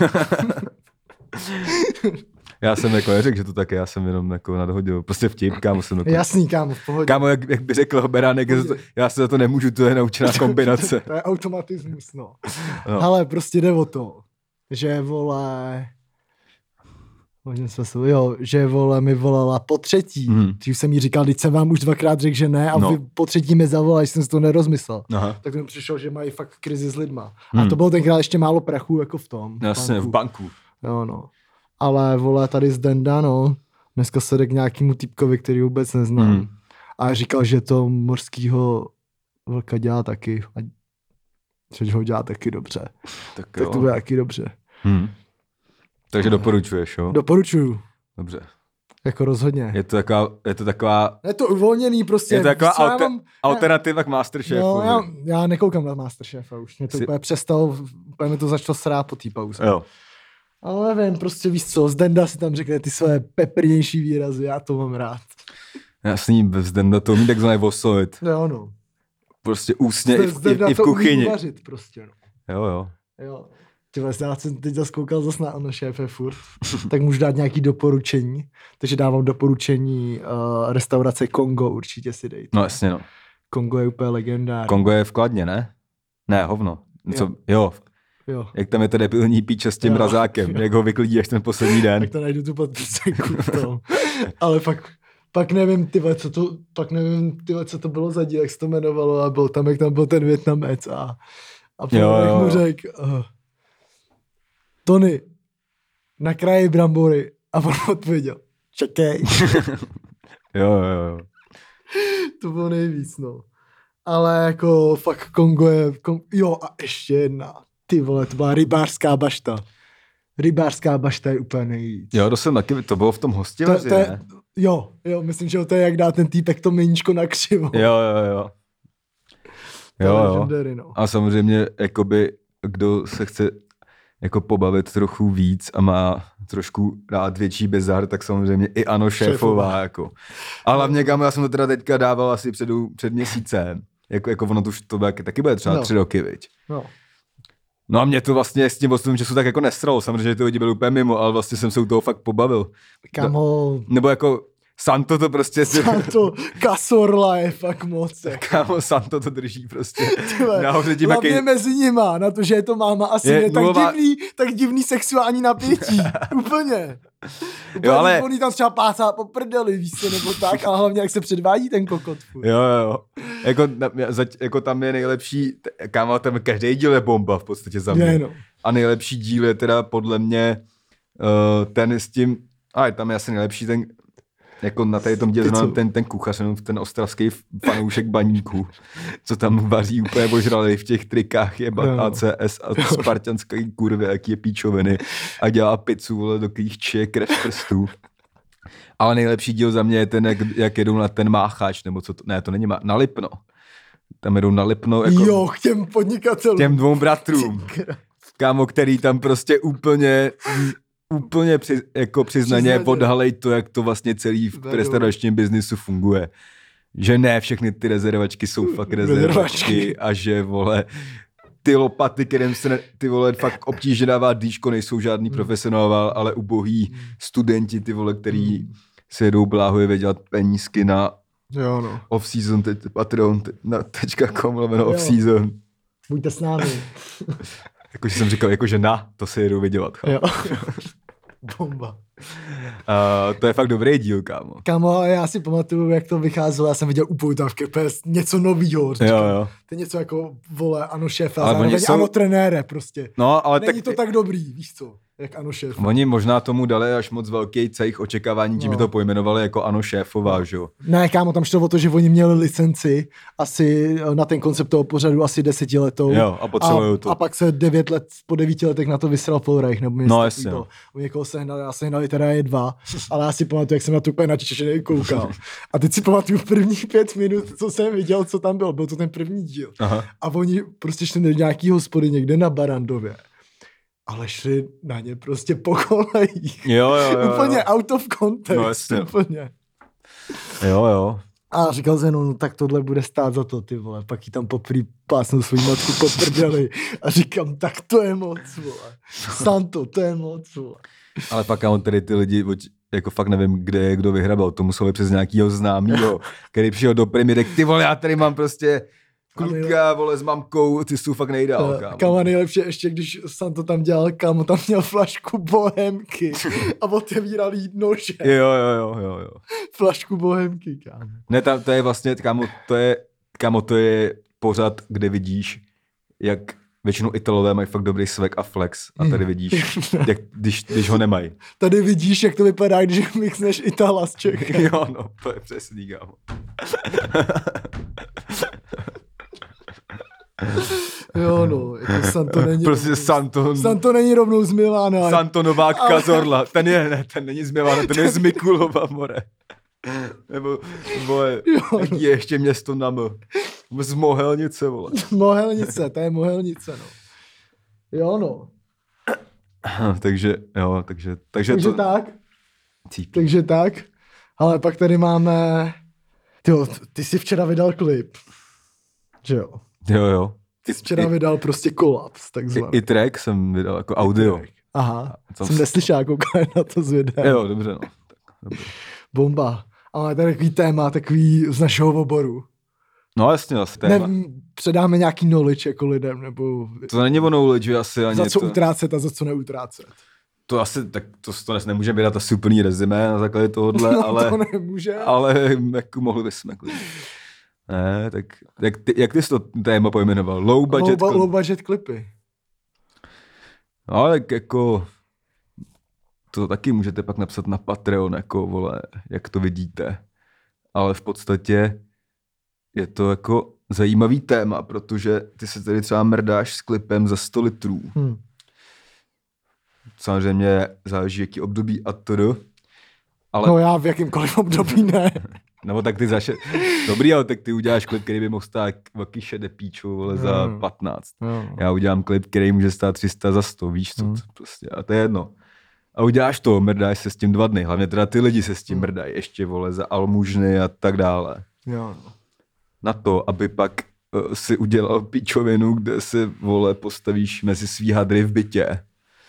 já jsem jako neřekl, že to tak je, já jsem jenom jako nadhodil. Prostě vtip, kámo, jsem jako... Jasný, kámo, v pohodě. Kámo, jak, jak by řekl Beránek, já se to- já se za to nemůžu, to je naučená kombinace. To je automatismus, no. No. Ale prostě jde o to, že vole... Hodně jsme se, jo, že vole mi volala po třetí. Mhm. Když jsem jí říkal, teď jsem vám už dvakrát řekl, že ne a No. vy po třetí mi zavolali, jsem si to nerozmyslel. Aha. Tak mi přišlo, že mají fakt krizi s lidma. Hmm. A to bylo tenkrát ještě málo prachu jako v tom. Jasně, v banku. Jo, no. Ale vole, tady z Denda, no, dneska se jde k nějakému typkovi, který vůbec neznám. Hmm. A říkal, že to morskýho vlka dělá taky. A že ho dělá taky dobře. Tak Tak jo. to bude taky dobře. Hmm. Takže doporučuješ, jo? Doporučuju. Dobře. Jako rozhodně. Je to taková, je to taková, Je to uvolněný prostě. je to taková víš co, já alter, mám- alternativa k Masterchefu. No, já, já nekoukám na Masterchefa už. Mě to Jsi- úplně přestalo, úplně mi to začalo srát po té pauze. Jo. Ale nevím, prostě víš co, Zdenda si tam řekne ty své peprnější výrazy, já to mám rád. Jasný, bez Denda to umí takzvané vosolit. Jo, no. Prostě ústně i v, i, Zdenda i v to umí kuchyni. uvařit prostě, no. Jo, jo. Jo. Ty vlastně, já jsem teď zase koukal zase na Ano šéfe furt, tak můžu dát nějaký doporučení. Takže dávám doporučení uh, restaurace Kongo, určitě si dejte. No jasně, no. Kongo je úplně legendární. Kongo je v Kladně, ne? Ne, hovno. Co, Jo. jo. Jo. Jak tam je to debilní píče s tím Jo. mrazákem, jak ho vyklidí až ten poslední den. Tak to najdu tu podprsenku v tom. Ale pak, pak nevím, tyhle, co to, pak nevím, tyhle, co to bylo za díl, jak se to jmenovalo, a byl tam, jak tam byl ten Vietnamec a, a Jo, jo, jo. mu řekl, uh, Tony, na kraji brambory. A on odpověděl, čekej. Jo, jo, jo. To bylo nejvíc, no. Ale jako fakt Kongo je, Kon... jo a ještě jedna, ty vole, to byla rybářská bašta. Rybářská bašta je úplně nejvíc. Jo, to jsem taky, to bylo v tom to, hostivaři, to je, ne? jo, jo, myslím, že to je jak dá ten týpek to meníčko na křivo. Jo, jo, jo. To je Jo, jo. legendary, no. A samozřejmě, jakoby, kdo se chce jako pobavit trochu víc a má trošku rád větší bizar, tak samozřejmě i Ano šéfová, Šéfová. jako. A hlavně, kámo, já jsem to teda teďka dával asi před, před měsícem. Jako, jako ono to už to taky, taky bude třeba No. tři roky, viď. no. No a mě to vlastně s tím postupem času tak jako nestralo. Samozřejmě ty lidi byli úplně mimo, ale vlastně jsem se u toho fakt pobavil. Kámo, Nebo jako Santo to prostě... to kasorla je fakt moc. jako. Kámo, Santo to drží prostě Tyhle, nahoře tím, hlavně jaký... mezi nima, na to, že je to máma asi Je je tak nulová- divný, tak divný sexuální napětí. Úplně. Úplně Jo, ale- on jí tam třeba pásá po prdeli, víš co, nebo tak, a hlavně jak se předvádí ten kokot. Furt. Jo, jo, jo. Jako, na- zať- jako tam je nejlepší, t- kámo, tam každý díl je bomba v podstatě za mě. Je, no. A nejlepší díl je teda podle mě uh, ten s tím, a tam je asi nejlepší ten, jako na tady tom díle Ty co? ten, ten kuchař, jenom ten ostravský fanoušek baníků, co tam vaří úplně ožralý v těch trikách, je Jo. A C S a spartanský kurvy, jaký je píčoviny a dělá pizzu, vole, do kterých čije krev z prstů. Ale nejlepší díl za mě je ten, jak, jak jedou na ten máchač, nebo co to, ne, to není má, na Lipno. Tam jedou na Lipno, jako Jo, k těm podnikatelům. těm dvou bratrům, kámo, který tam prostě úplně, úplně při, jako přiznaně Přiznaně. odhalej to, jak to vlastně celý v Vedou. restauračním biznisu funguje. Že ne všechny ty rezervačky jsou fakt rezervačky Rezervačky. a že, vole, ty lopaty, kterým se ne, ty vole fakt obtížně dává dýško, nejsou žádný profesionál, ale ubohý studenti, ty vole, který se jedou bláhově dělat penízky na Jo, no. off-season, teď Patreon, teď na tečka com, lomeno Jo. off-season. Buďte s námi. Jakože jsem říkal, jakože na, to se jedou vydělat. Jo. Bomba. Uh, to je fakt dobrý díl, kámo. Kámo, ale já si pamatuju, jak to vycházelo, já jsem viděl upoutávky, něco novýho. Jo, jo. To je něco jako, vole, Ano šéfa, Ale ale oni zároveň jsou- Ano trenére prostě. No, ale Není tak, to tak dobrý, víš co, jak Ano šéfa. oni možná tomu dali až moc velký cejch očekávání, tím No. by to pojmenovali jako Ano šéfová, že jo. Ne, kámo, tam šlo o to, že oni měli licenci asi na ten koncept toho pořadu asi desetiletou. Jo, a potřebujou to. A pak se devět let, po devíti letech na to vysral Paul Reich, nebo něco No, takového. jasně, no. Oni někoho sehnali, já sehnali teda je dva, ale já si pamatuju, jak jsem na to úplně načičený koukal. A teď si pamatuju prvních pět minut, co jsem viděl, co tam bylo. Byl to ten první díl. Aha. A oni prostě šli do nějaký hospody někde na Barandově. Ale šli na ně prostě po kolejích. Jo, jo, jo. Úplně jo. out of context. No, jasně. Úplně. Jo, jo. A říkal jsem, no, no tak tohle bude stát za to, ty vole. Pak jí tam poprý pásnul svou matku po prdeli. A říkám, tak to je moc, vole. Santo, to je moc, vole. Ale pak on tady ty lidi, jako fakt nevím, kde je kdo vyhrabal, to muselo být přes nějakýho známýho, který přišel do premiéry, ty vole, já tady mám prostě kluka, vole, s mamkou, ty jsou fakt nejdál, kámo. Kámo, nejlepší ještě, když Santo tam dělal, kámo, tam měl flašku bohemky a otevíral jí nože. Jo, jo, jo, jo, jo. Flašku bohemky, kámo. Ne, tam, to je vlastně, kámo, to je, kámo, to je pořad, kde vidíš, jak většinou Italové mají fakt dobrý swag a flex a tady vidíš, jak, když, když ho nemají. Tady vidíš, jak to vypadá, když mixneš Itala z Čech. Jo, no, to je přesný, kámo. Jo, no, Jako Santo není Prostě rovnou, Santo, Santo není rovnou z Milána. Santo Novák Ale- Cazorla. Ten je, ne, ten není z Milána, ten je z Mikulova, more. Nebo, vole, jaký je ještě město na M. Z Mohelnice, vole. Mohelnice, to je Mohelnice, no. Jo, no. takže, jo, takže, takže, Takže to... tak. Cíp. Takže tak. Ale pak tady máme... Tyjo, ty jsi včera vydal klip. Že jo? Jo, jo. Ty jsi včera vydal prostě kolaps, takzvaný. I, I track jsem vydal jako audio. Aha, Tam jsem s- neslyšel, jak koukám na to s videem. Jo, dobře, no. Tak, dobře. Bomba. Ale to je takový téma, takový z našeho oboru. No jasně, asi téma. Ne, předáme nějaký knowledge jako lidem, nebo To není o knowledge asi ani. za co to, utrácet a za co neutrácet. to asi, tak to, to nemůžeme vydat asi úplný rezime na základě tohohle, No, ale, to nemůže. ale jako mohli bychom. Jako, ne, tak jak ty, jak ty jsi to téma pojmenoval? Low budget? low, klip? low budget klipy. No, ale jako to taky můžete pak napsat na Patreon, jako vole, jak to vidíte. Ale v podstatě je to jako zajímavý téma, protože ty se tady třeba mrdáš s klipem za sto litrů. Hm. Samozřejmě záleží, jaký období a to. Ale, No já v jakýmkoliv období ne. nebo tak ty zaše... Dobrý, ale tak ty uděláš klip, který by mohl stát velký šede píču, vole, za Hmm. patnáct. No. Já udělám klip, který může stát tři sta za sto, víš co, Hmm. to prostě, a to je jedno. A uděláš to, mrdáš se s tím dva dny, hlavně teda ty lidi se s tím Hmm. mrdají, ještě, vole, za almužny a tak dále. Jo, no. Na to, aby pak uh, si udělal píčovinu, kde se, vole, postavíš mezi svý hadry v bytě,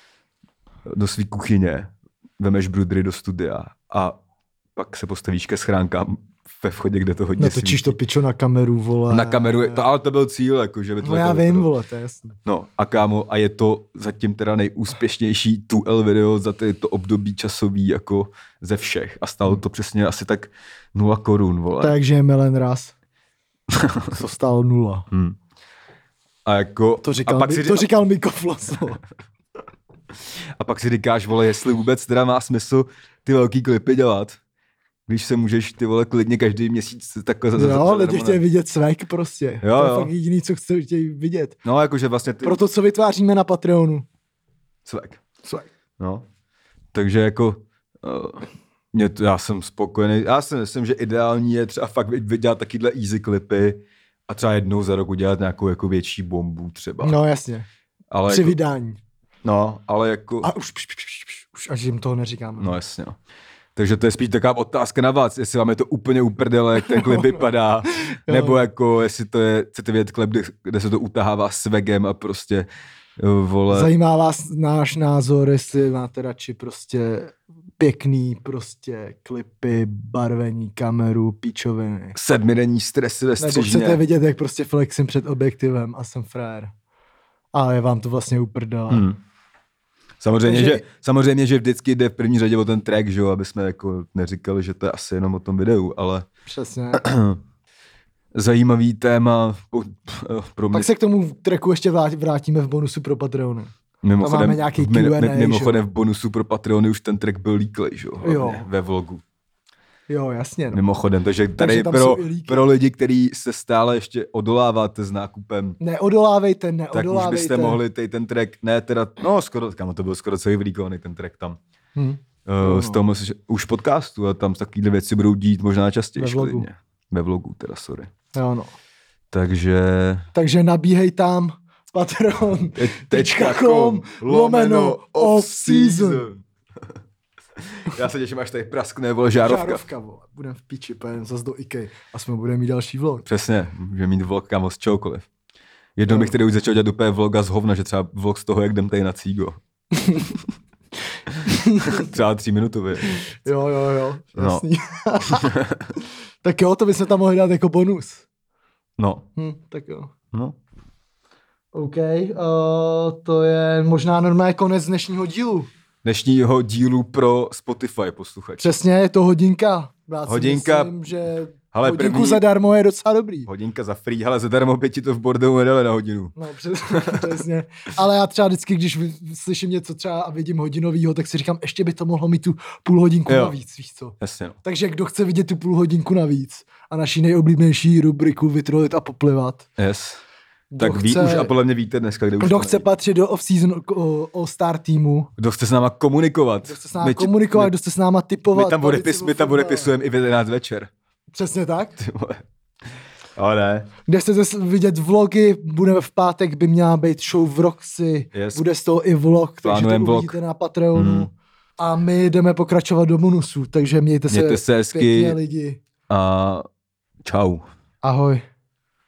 do svý kuchyně, vemeš brudry do studia a pak se postavíš ke schránkám ve vchodě, kde to hodně Natočíš svítí. to pičo na kameru, vole. Na kameru, je, to, ale to byl cíl, jako, že by to No já takhle vím, vypadalo. vole, to je jasný. No a kámo, a je to zatím teda nejúspěšnější two L video za to období časový jako ze všech. A stalo to přesně asi tak nula korun, vole. Tak, že je Melen raz. To stálo nula. Hmm. A jako... To říkal, a pak mi, si, to říkal Miko Flos. a pak si říkáš, vole, jestli vůbec teda má smysl ty velký klipy dělat, když se můžeš ty vole klidně každý měsíc takhle za Jo, lidi chtějí vidět svek prostě. Jo, to je jo. fakt jediný, co chtějí vidět. No, jakože vlastně ty... Proto, co vytváříme na Patreonu. Svek. Svek. No. Takže jako... Uh, mě to, já jsem spokojený. Já si myslím, že ideální je třeba fakt vydělat takovýhle easy klipy a třeba jednou za rok udělat nějakou jako větší bombu třeba. No jasně. ale Při jako, vydání. no, ale jako... A už, už, už, už, už až jim toho neříkám. No jasně, no. Takže to je spíš taková otázka na vás, jestli vám je to úplně uprdele, jak ten klip vypadá, nebo jako jestli to je, chcete vidět klip, kde, kde se to utahává s vegem a prostě jo, vole. Zajímá vás náš názor, jestli máte radši prostě pěkný prostě klipy, barvení, kameru, píčoviny. Sedmidenní stresy ve Nebo střižně. chcete vidět, jak prostě flexím před objektivem a jsem frér. A je vám to vlastně uprdele. Hmm. Samozřejmě, Takže- že, samozřejmě, že vždycky jde v první řadě o ten track, že jo, aby jsme jako neříkali, že to je asi jenom o tom videu, ale Přesně. zajímavý téma po- pro mě. Pak se k tomu tracku ještě vrát- vrátíme v bonusu pro Patrony. Mimochodem, máme nějaký mi- Q and A, mi- mimochodem že v bonusu pro Patreony už ten track byl líklej, že jo, hlavně Jo. ve vlogu. Jo, jasně. No. Mimochodem, takže tady Takže tam pro, jsou i líky. pro lidi, kteří se stále ještě odoláváte s nákupem, Neodolávejte, tak už neodolávejte. byste mohli tej, ten track, ne teda, no skoro, kamo, to byl skoro celý vylíkovaný ten track tam. Hm. Uh, no. z toho myslím, že už podcastu a tam takovýhle věci budou dít možná častěji. Ve vlogu. klidně. Ve vlogu, teda, sorry. Jo, no. Takže... Takže nabíhej tam patron tečka com lomeno off season. Já se těším, až tady praskne, vole, žárovka. Žárovka, vole. Budem v piči, pojedeme zase do IKEA. Aspoň budeme mít další vlog. Přesně, můžeme mít vlog, kámo, z čehokoliv. Jednou bych tedy už začal dělat úplně vloga z hovna, že třeba vlog z toho, jak jdem tady na cígo. Třeba tři minutově. Jo, jo, jo. No. Jasný. Tak jo, to bychom tam mohli dát jako bonus. No, Hm, tak jo. no. OK, uh, to je možná normálně konec dnešního dílu. Dnešního dílu pro Spotify posluchače. Přesně, je to hodinka. Já si Hodinka. Myslím, že Hele, hodinku první- zadarmo je docela dobrý. Hodinka za free, hele, zadarmo by ti to v bordelu nedali na hodinu. No, přesně, přesně. Ale já třeba vždycky, když vy- slyším něco třeba a vidím hodinovýho, tak si říkám, ještě by to mohlo mít tu půl hodinku Jo. navíc, víš co. Jasně, no. Takže kdo chce vidět tu půl hodinku navíc a naší nejoblíbenější rubriku vytrolit a poplivat, Yes. Tak Kdo ví chce- už a podle mě víte dneska, kde už Kdo to chce není. patřit do off-season o- All-Star týmu, Kdo chce s náma komunikovat. kdo chce s náma My- komunikovat, my- kdo chce s náma typovat. My tam, bavit odepis, se o my tam fotbale. odepisujeme i v jedenáct večer. Přesně tak. Ty vole. Ale ne. Kde chcete s- vidět vlogy, budeme v pátek, by měla být show v Roxy, Yes. bude z toho i vlog, takže Plánujem to vlog. uvidíte na Patreonu. Mm. A my jdeme pokračovat do bonusu, takže mějte se, Mějte se hezky. pěkně lidi. A čau. Ahoj.